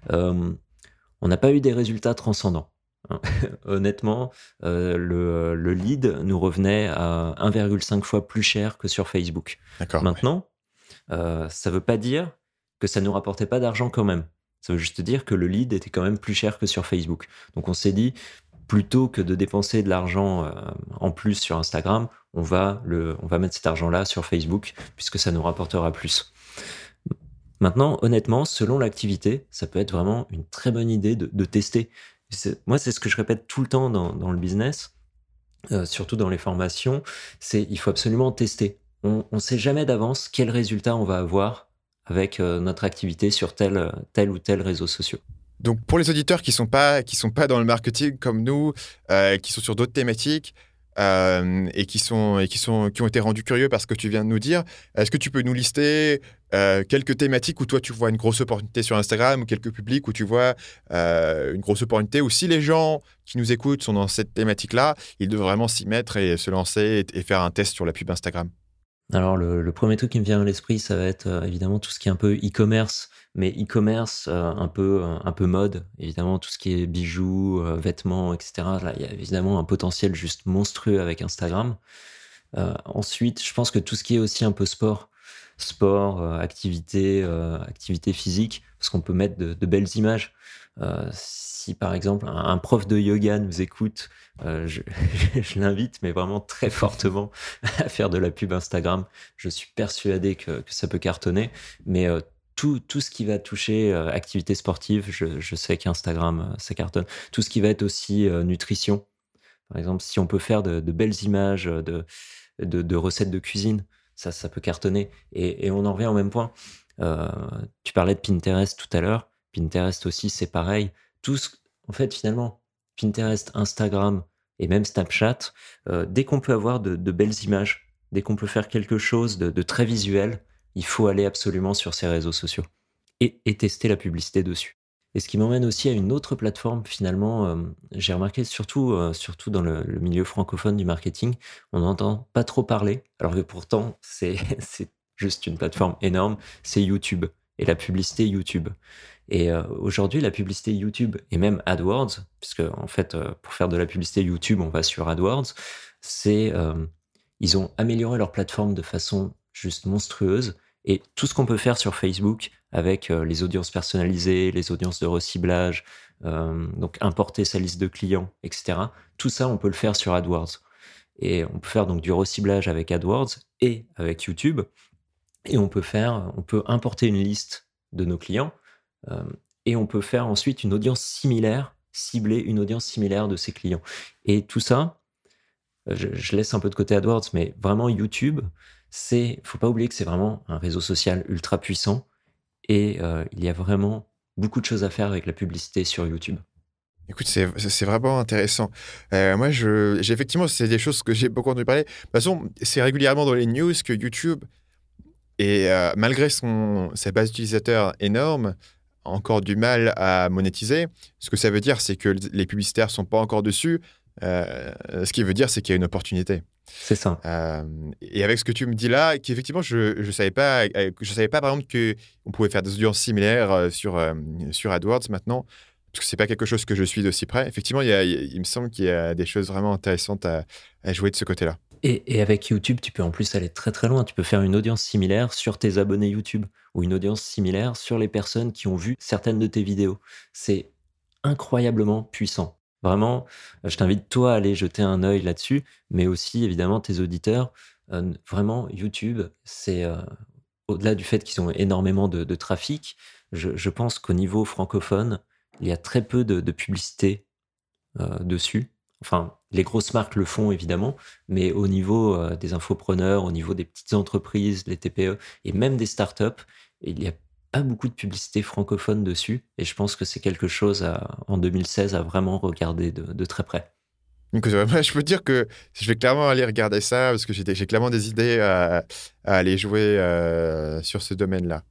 On n'a pas eu des résultats transcendants, hein. Honnêtement, le lead nous revenait à 1,5 fois plus cher que sur Facebook. D'accord, ouais. Maintenant, ça veut pas dire que ça nous rapportait pas d'argent quand même. Ça veut juste dire que le lead était quand même plus cher que sur Facebook. Donc on s'est dit, plutôt que de dépenser de l'argent en plus sur Instagram, on va mettre cet argent-là sur Facebook, puisque ça nous rapportera plus. Maintenant, honnêtement, selon l'activité, ça peut être vraiment une très bonne idée de tester. Moi, c'est ce que je répète tout le temps dans le business, surtout dans les formations, c'est il faut absolument tester. On ne sait jamais d'avance quel résultat on va avoir avec notre activité sur tel ou tel réseau social. Donc, pour les auditeurs qui sont pas dans le marketing comme nous, qui sont sur d'autres thématiques, et qui ont été rendus curieux par ce que tu viens de nous dire, est-ce que tu peux nous lister quelques thématiques où toi tu vois une grosse opportunité sur Instagram, ou quelques publics où tu vois une grosse opportunité, ou si les gens qui nous écoutent sont dans cette thématique-là, ils doivent vraiment s'y mettre et se lancer et faire un test sur la pub Instagram? Alors le premier truc qui me vient à l'esprit, ça va être évidemment tout ce qui est un peu e-commerce, mais e-commerce un peu mode, évidemment tout ce qui est bijoux, vêtements, etc. Là, il y a évidemment un potentiel juste monstrueux avec Instagram. Ensuite, je pense que tout ce qui est aussi un peu sport, activité physique, parce qu'on peut mettre de belles images. Si par exemple un prof de yoga nous écoute, je l'invite, mais vraiment très fortement, à faire de la pub Instagram. Je suis persuadé que ça peut cartonner, mais tout ce qui va toucher activité sportive, je sais qu'Instagram, ça cartonne. Tout ce qui va être aussi nutrition, par exemple, si on peut faire de belles images de recettes de cuisine, ça peut cartonner. Et on en revient au même point. Euh, Tu parlais de Pinterest tout à l'heure. Pinterest aussi, c'est pareil. En fait, finalement, Pinterest, Instagram et même Snapchat, dès qu'on peut avoir de belles images, dès qu'on peut faire quelque chose de très visuel, il faut aller absolument sur ces réseaux sociaux et tester la publicité dessus. Et ce qui m'emmène aussi à une autre plateforme finalement, j'ai remarqué surtout dans le milieu francophone du marketing, on n'entend pas trop parler, alors que pourtant c'est c'est juste une plateforme énorme, c'est YouTube et la publicité YouTube. Et aujourd'hui, la publicité YouTube et même AdWords, puisque en fait, pour faire de la publicité YouTube, on va sur AdWords, ils ont amélioré leur plateforme de façon juste monstrueuse. Et tout ce qu'on peut faire sur Facebook avec les audiences personnalisées, les audiences de reciblage, donc importer sa liste de clients, etc. Tout ça, on peut le faire sur AdWords. Et on peut faire donc du reciblage avec AdWords et avec YouTube. Et on peut importer une liste de nos clients euh, et on peut faire ensuite une audience similaire, cibler une audience similaire de ses clients. Et tout ça, je laisse un peu de côté AdWords, mais vraiment YouTube, faut pas oublier que c'est vraiment un réseau social ultra puissant et il y a vraiment beaucoup de choses à faire avec la publicité sur YouTube. Écoute, c'est vraiment intéressant. Moi, j'ai effectivement, c'est des choses que j'ai beaucoup entendu parler. De toute façon, c'est régulièrement dans les news que YouTube, et malgré sa base d'utilisateurs énorme, a encore du mal à monétiser. Ce que ça veut dire, c'est que les publicitaires sont pas encore dessus. Ce qui veut dire, c'est qu'il y a une opportunité. C'est ça. Et avec ce que tu me dis là, qu'effectivement, je savais pas, par exemple qu'on pouvait faire des audiences similaires sur AdWords maintenant, parce que c'est pas quelque chose que je suis d'aussi près. Effectivement, il me semble qu'il y a des choses vraiment intéressantes à jouer de ce côté-là. Et avec YouTube, tu peux en plus aller très très loin. Tu peux faire une audience similaire sur tes abonnés YouTube ou une audience similaire sur les personnes qui ont vu certaines de tes vidéos. C'est incroyablement puissant. Vraiment, je t'invite toi à aller jeter un œil là-dessus, mais aussi évidemment tes auditeurs. Vraiment, YouTube, c'est au-delà du fait qu'ils ont énormément de trafic, je pense qu'au niveau francophone, il y a très peu de publicité dessus. Enfin, les grosses marques le font évidemment, mais au niveau des infopreneurs, au niveau des petites entreprises, les TPE et même des startups, il n'y a pas beaucoup de publicité francophone dessus. Et je pense que c'est quelque chose en 2016 à vraiment regarder de très près. Donc, moi, je peux te dire que je vais clairement aller regarder ça parce que j'ai clairement des idées à aller jouer sur ce domaine-là.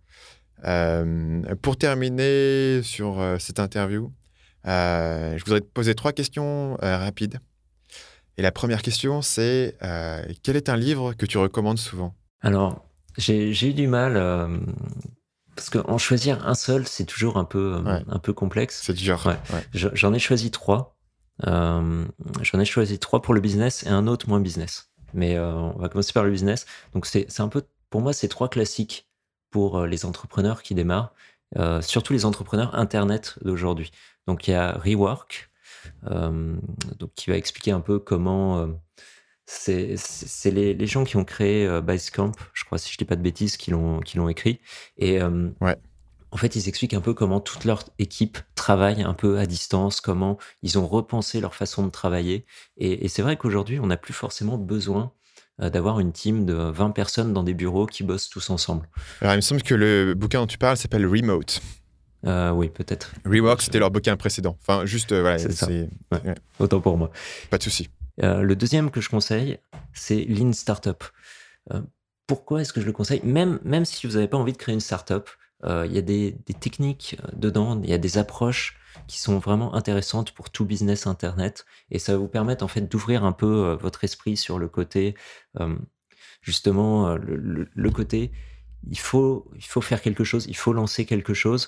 Pour terminer sur cette interview, je voudrais te poser 3 questions rapides. Et la première question, c'est quel est un livre que tu recommandes souvent? Alors, j'ai eu du mal parce qu'en choisir un seul, c'est toujours Ouais, un peu complexe. c'est dur. Ouais. Ouais. J'en ai choisi 3. J'en ai choisi 3 pour le business et un autre moins business. Mais on va commencer par le business. Donc c'est un peu, pour moi, c'est 3 classiques pour les entrepreneurs qui démarrent, surtout les entrepreneurs Internet d'aujourd'hui. Donc il y a Rework, donc qui va expliquer un peu comment c'est les gens qui ont créé Basecamp, je crois, si je dis pas de bêtises, qui l'ont écrit. Et Ouais. en fait, ils expliquent un peu comment toute leur équipe travaille un peu à distance, comment ils ont repensé leur façon de travailler. Et c'est vrai qu'aujourd'hui, on n'a plus forcément besoin d'avoir une team de 20 personnes dans des bureaux qui bossent tous ensemble. Alors, il me semble que le bouquin dont tu parles s'appelle Remote. Oui, peut-être. Rework, c'était leur bouquin précédent. Enfin, juste, voilà, C'est ça. c'est Ouais. Autant pour moi. pas de souci. Le deuxième que je conseille, c'est Lean Startup. Pourquoi est-ce que je le conseille? Même si vous n'avez pas envie de créer une startup, il y a des techniques dedans, il y a des approches qui sont vraiment intéressantes pour tout business Internet et ça va vous permettre en fait d'ouvrir un peu votre esprit sur le côté, euh, justement, le côté, il faut faire quelque chose, il faut lancer quelque chose,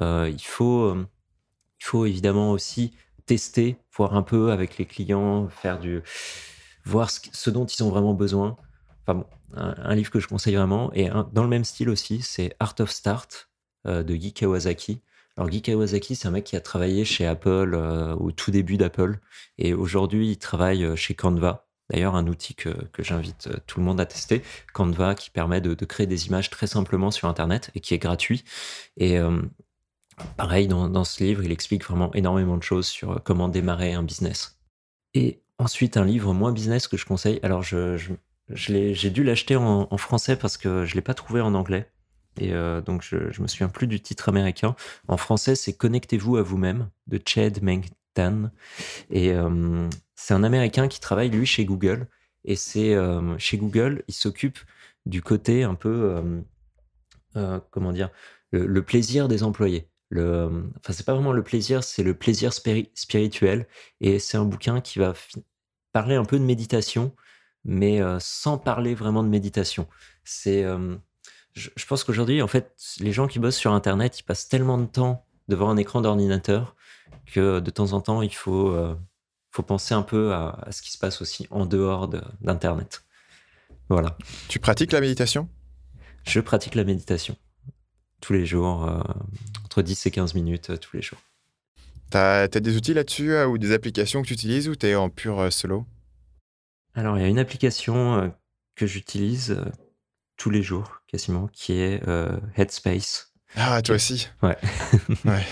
il faut évidemment aussi tester, voir un peu avec les clients, voir ce dont ils ont vraiment besoin. Enfin bon, un livre que je conseille vraiment. Et dans le même style aussi, c'est Art of Start de Guy Kawasaki. Alors Guy Kawasaki, c'est un mec qui a travaillé chez Apple au tout début d'Apple. Et aujourd'hui, il travaille chez Canva. D'ailleurs, un outil que j'invite tout le monde à tester. Canva qui permet de créer des images très simplement sur Internet et qui est gratuit. Et pareil, dans ce livre, il explique vraiment énormément de choses sur comment démarrer un business. Et ensuite, un livre moins business que je conseille. Alors, j'ai dû l'acheter en français parce que je ne l'ai pas trouvé en anglais. Et donc je me souviens plus du titre américain. En français, c'est Connectez-vous à vous-même de Chad Meng-Tan. Et c'est un Américain qui travaille, lui, chez Google. Et c'est chez Google, il s'occupe du côté un peu, comment dire, le plaisir des employés. Enfin, c'est pas vraiment le plaisir, c'est le plaisir spirituel. Et c'est un bouquin qui va parler un peu de méditation, mais sans parler vraiment de méditation. C'est, je pense qu'aujourd'hui, en fait, les gens qui bossent sur Internet, ils passent tellement de temps devant un écran d'ordinateur que de temps en temps, faut penser un peu à ce qui se passe aussi en dehors d'Internet. Voilà. Tu pratiques la méditation? Je pratique la méditation tous les jours, entre 10 et 15 minutes tous les jours. T'as des outils là-dessus ou des applications que tu utilises ou t'es en pur solo? Alors, il y a une application que j'utilise tous les jours, quasiment, qui est Headspace. Ah, toi aussi? Ouais. Ouais.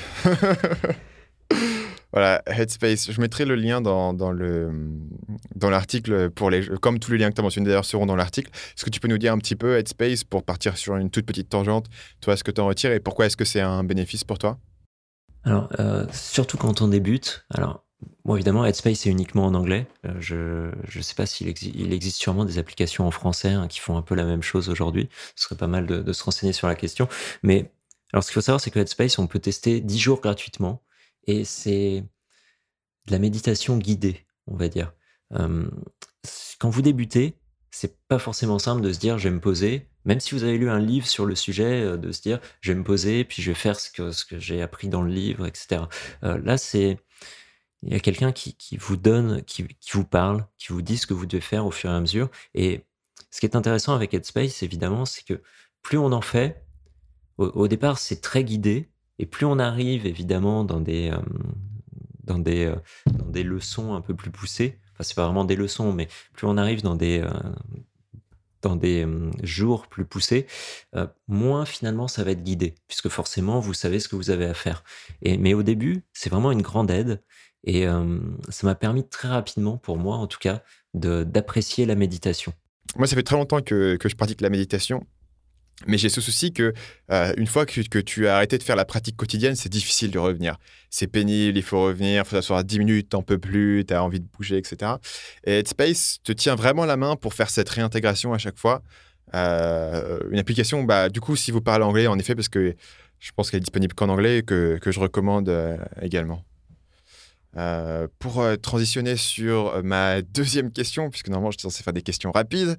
Voilà, Headspace. Je mettrai le lien dans l'article comme tous les liens que tu as mentionnés d'ailleurs seront dans l'article. Est-ce que tu peux nous dire un petit peu Headspace pour partir sur une toute petite tangente, toi, ce que tu en retires et pourquoi est-ce que c'est un bénéfice pour toi? Alors, surtout quand on débute. Alors, bon, évidemment, Headspace c'est uniquement en anglais. Je ne sais pas il existe sûrement des applications en français qui font un peu la même chose aujourd'hui. Ce serait pas mal de se renseigner sur la question. Mais alors, ce qu'il faut savoir, c'est que Headspace, on peut tester 10 jours gratuitement. Et c'est de la méditation guidée, on va dire. Euh, Quand vous débutez, c'est pas forcément simple de se dire je vais me poser, même si vous avez lu un livre sur le sujet, de se dire je vais me poser, puis je vais faire ce que j'ai appris dans le livre, etc. Là, il y a quelqu'un qui vous donne, qui vous parle, qui vous dit ce que vous devez faire au fur et à mesure. Et ce qui est intéressant avec Headspace, évidemment, c'est que plus on en fait, au départ, c'est très guidé, et plus on arrive, évidemment, dans des, euh, dans des leçons un peu plus poussées, enfin, c'est pas vraiment des leçons, mais plus on arrive dans des jours plus poussés, moins finalement ça va être guidé, puisque forcément vous savez ce que vous avez à faire. Mais au début, c'est vraiment une grande aide, et ça m'a permis très rapidement, pour moi en tout cas, d'apprécier la méditation. Moi, ça fait très longtemps que je pratique la méditation. Mais j'ai ce souci que une fois que tu as arrêté de faire la pratique quotidienne, c'est difficile de revenir. C'est pénible, il faut revenir, il faut s'asseoir 10 minutes, t'en peux plus, t'as envie de bouger, etc. Et Headspace te tient vraiment la main pour faire cette réintégration à chaque fois. Une application, bah, du coup, si vous parlez anglais, en effet, parce que je pense qu'elle est disponible qu'en anglais, que je recommande également. Pour transitionner sur ma deuxième question, puisque normalement j'étais censé faire des questions rapides.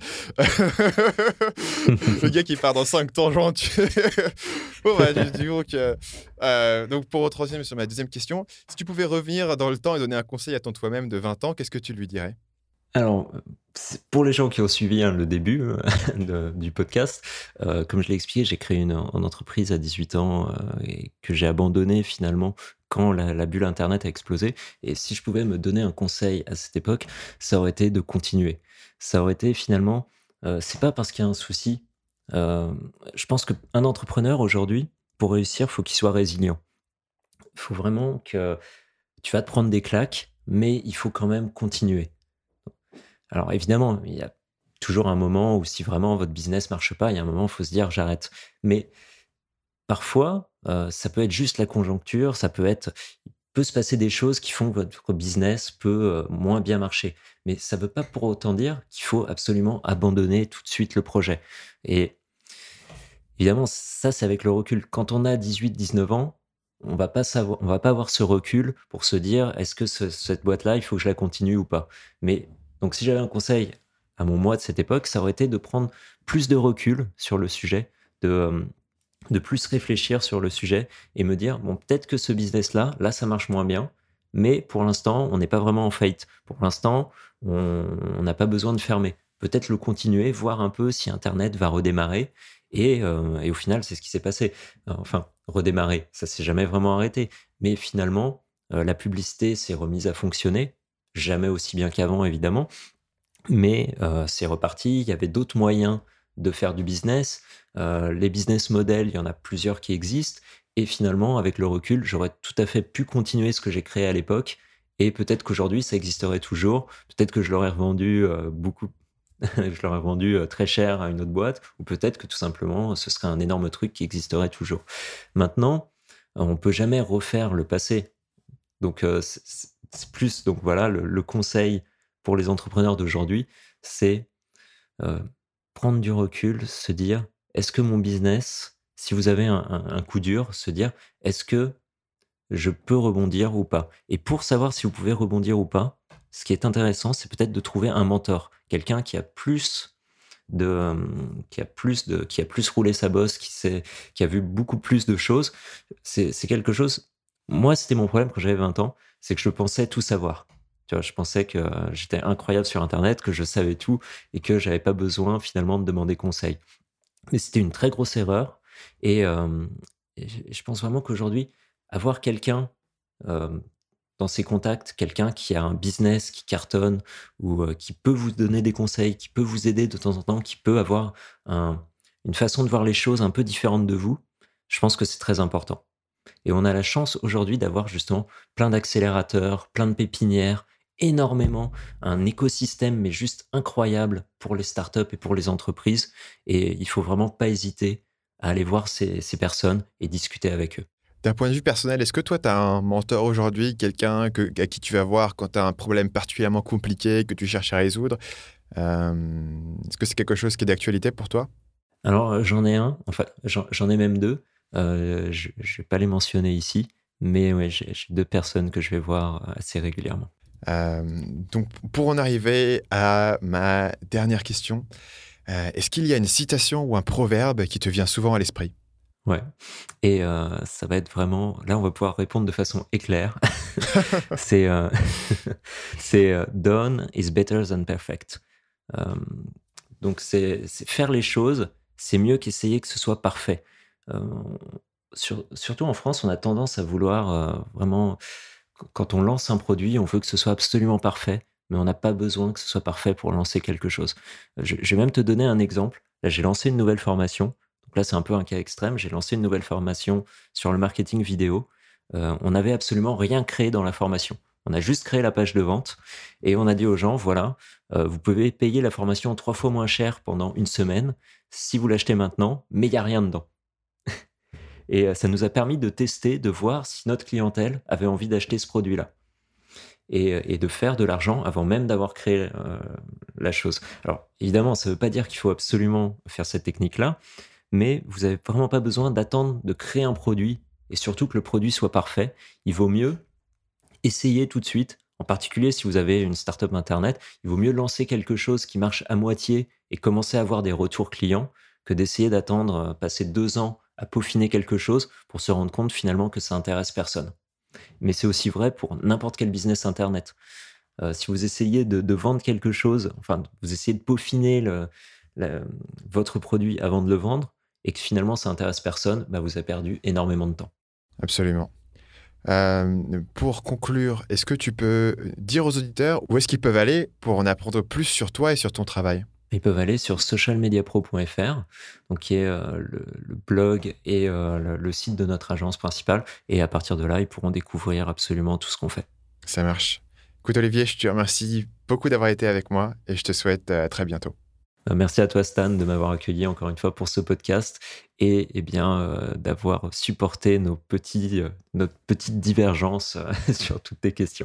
Le gars qui part dans 5 tangentes. Bon, bah, donc pour transitionner sur ma deuxième question, si tu pouvais revenir dans le temps et donner un conseil à ton toi-même de 20 ans, qu'est-ce que tu lui dirais? Alors, pour les gens qui ont suivi le début du podcast, comme je l'ai expliqué, j'ai créé une entreprise à 18 ans et que j'ai abandonnée finalement quand la bulle Internet a explosé. Et si je pouvais me donner un conseil à cette époque, ça aurait été de continuer. Ça aurait été finalement, c'est pas parce qu'il y a un souci. euh, je pense qu'un entrepreneur aujourd'hui, pour réussir, faut qu'il soit résilient. Il faut vraiment que tu vas te prendre des claques, mais il faut quand même continuer. Alors évidemment, il y a toujours un moment où si vraiment votre business marche pas, il y a un moment où il faut se dire j'arrête. Mais parfois, ça peut être juste la conjoncture, il peut se passer des choses qui font que votre business peut moins bien marcher. Mais ça ne veut pas pour autant dire qu'il faut absolument abandonner tout de suite le projet. Et évidemment, ça c'est avec le recul. Quand on a 18-19 ans, on va pas avoir ce recul pour se dire est-ce que cette boîte-là, il faut que je la continue ou pas. Mais donc si j'avais un conseil à mon moi de cette époque, ça aurait été de prendre plus de recul sur le sujet, de plus réfléchir sur le sujet et me dire bon, peut-être que ce business-là, là, ça marche moins bien, mais pour l'instant, on n'est pas vraiment en faillite. Pour l'instant, on n'a pas besoin de fermer. Peut-être le continuer, voir un peu si Internet va redémarrer. Et au final, c'est ce qui s'est passé. Enfin, redémarrer, ça s'est jamais vraiment arrêté. Mais finalement, la publicité s'est remise à fonctionner. Jamais aussi bien qu'avant, évidemment. Mais c'est reparti. Il y avait d'autres moyens de faire du business. Les business models, il y en a plusieurs qui existent. Et finalement, avec le recul, j'aurais tout à fait pu continuer ce que j'ai créé à l'époque. Et peut-être qu'aujourd'hui, ça existerait toujours. Peut-être que je l'aurais revendu beaucoup Je l'aurais vendu très cher à une autre boîte, ou peut-être que tout simplement, ce serait un énorme truc qui existerait toujours. Maintenant, on peut jamais refaire le passé. Donc, c'est plus, donc voilà, le conseil pour les entrepreneurs d'aujourd'hui, c'est euh, prendre du recul, se dire, est-ce que mon business, si vous avez un coup dur, se dire, est-ce que je peux rebondir ou pas? Et pour savoir si vous pouvez rebondir ou pas, ce qui est intéressant, c'est peut-être de trouver un mentor, quelqu'un qui a plus roulé sa bosse, qui a vu beaucoup plus de choses. C'est quelque chose. Moi, c'était mon problème quand j'avais 20 ans, c'est que je pensais tout savoir. Tu vois, je pensais que j'étais incroyable sur Internet, que je savais tout et que j'avais pas besoin finalement de demander conseil. Mais c'était une très grosse erreur. Et, euh, et je pense vraiment qu'aujourd'hui, avoir quelqu'un euh, dans ses contacts, quelqu'un qui a un business qui cartonne ou qui peut vous donner des conseils, qui peut vous aider de temps en temps, qui peut avoir une façon de voir les choses un peu différente de vous, je pense que c'est très important. Et on a la chance aujourd'hui d'avoir justement plein d'accélérateurs, plein de pépinières, énormément, un écosystème mais juste incroyable pour les startups et pour les entreprises. Et il faut vraiment pas hésiter à aller voir ces personnes et discuter avec eux. D'un point de vue personnel, est-ce que toi, tu as un mentor aujourd'hui, quelqu'un à qui tu vas voir quand tu as un problème particulièrement compliqué que tu cherches à résoudre? Est-ce que c'est quelque chose qui est d'actualité pour toi? Alors, j'en ai un, enfin, j'en ai même deux. Je ne vais pas les mentionner ici, mais ouais, j'ai deux personnes que je vais voir assez régulièrement. Euh, donc, pour en arriver à ma dernière question, est-ce qu'il y a une citation ou un proverbe qui te vient souvent à l'esprit? Ouais. Et ça va être vraiment. Là, on va pouvoir répondre de façon éclair. C'est done is better than perfect. Euh, donc, c'est faire les choses, c'est mieux qu'essayer que ce soit parfait. Euh, surtout en France, on a tendance à vouloir vraiment. Quand on lance un produit, on veut que ce soit absolument parfait, mais on n'a pas besoin que ce soit parfait pour lancer quelque chose. Je vais même te donner un exemple. Là, j'ai lancé une nouvelle formation. Donc là, c'est un peu un cas extrême. J'ai lancé une nouvelle formation sur le marketing vidéo. On n'avait absolument rien créé dans la formation. On a juste créé la page de vente et on a dit aux gens, voilà, vous pouvez payer la formation 3 fois moins cher pendant une semaine si vous l'achetez maintenant, mais il n'y a rien dedans. Et ça nous a permis de tester, de voir si notre clientèle avait envie d'acheter ce produit-là. Et de faire de l'argent avant même d'avoir créé la chose. Alors, évidemment, ça ne veut pas dire qu'il faut absolument faire cette technique-là, mais vous n'avez vraiment pas besoin d'attendre de créer un produit et surtout que le produit soit parfait. Il vaut mieux essayer tout de suite, en particulier si vous avez une startup Internet, il vaut mieux lancer quelque chose qui marche à moitié et commencer à avoir des retours clients que d'essayer d'attendre, passer 2 ans à peaufiner quelque chose pour se rendre compte finalement que ça intéresse personne. Mais c'est aussi vrai pour n'importe quel business Internet. Si vous essayez de vendre quelque chose, enfin, vous essayez de peaufiner votre produit avant de le vendre et que finalement ça intéresse personne, bah, vous avez perdu énormément de temps. Absolument. Pour conclure, est-ce que tu peux dire aux auditeurs où est-ce qu'ils peuvent aller pour en apprendre plus sur toi et sur ton travail? Ils peuvent aller sur socialmediapro.fr, donc qui est le blog et le site de notre agence principale. Et à partir de là, ils pourront découvrir absolument tout ce qu'on fait. Ça marche. Écoute Olivier, je te remercie beaucoup d'avoir été avec moi et je te souhaite à très bientôt. Merci à toi Stan de m'avoir accueilli encore une fois pour ce podcast et bien d'avoir supporté notre petite divergence sur toutes tes questions.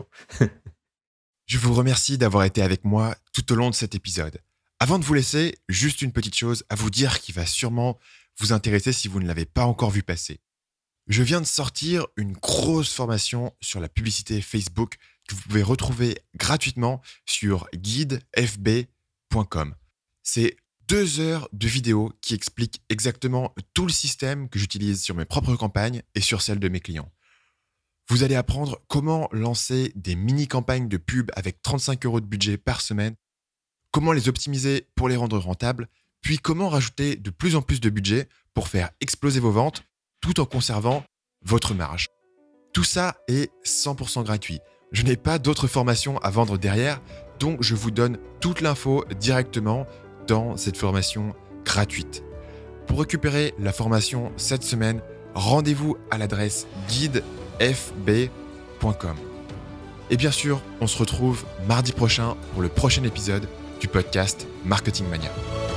Je vous remercie d'avoir été avec moi tout au long de cet épisode. Avant de vous laisser, juste une petite chose à vous dire qui va sûrement vous intéresser si vous ne l'avez pas encore vu passer. Je viens de sortir une grosse formation sur la publicité Facebook que vous pouvez retrouver gratuitement sur guidefb.com. C'est 2 heures de vidéo qui expliquent exactement tout le système que j'utilise sur mes propres campagnes et sur celles de mes clients. Vous allez apprendre comment lancer des mini-campagnes de pub avec 35 € de budget par semaine, comment les optimiser pour les rendre rentables, puis comment rajouter de plus en plus de budget pour faire exploser vos ventes tout en conservant votre marge. Tout ça est 100% gratuit. Je n'ai pas d'autres formations à vendre derrière, donc je vous donne toute l'info directement dans cette formation gratuite. Pour récupérer la formation cette semaine, rendez-vous à l'adresse guidefb.com. Et bien sûr, on se retrouve mardi prochain pour le prochain épisode du podcast Marketing Mania.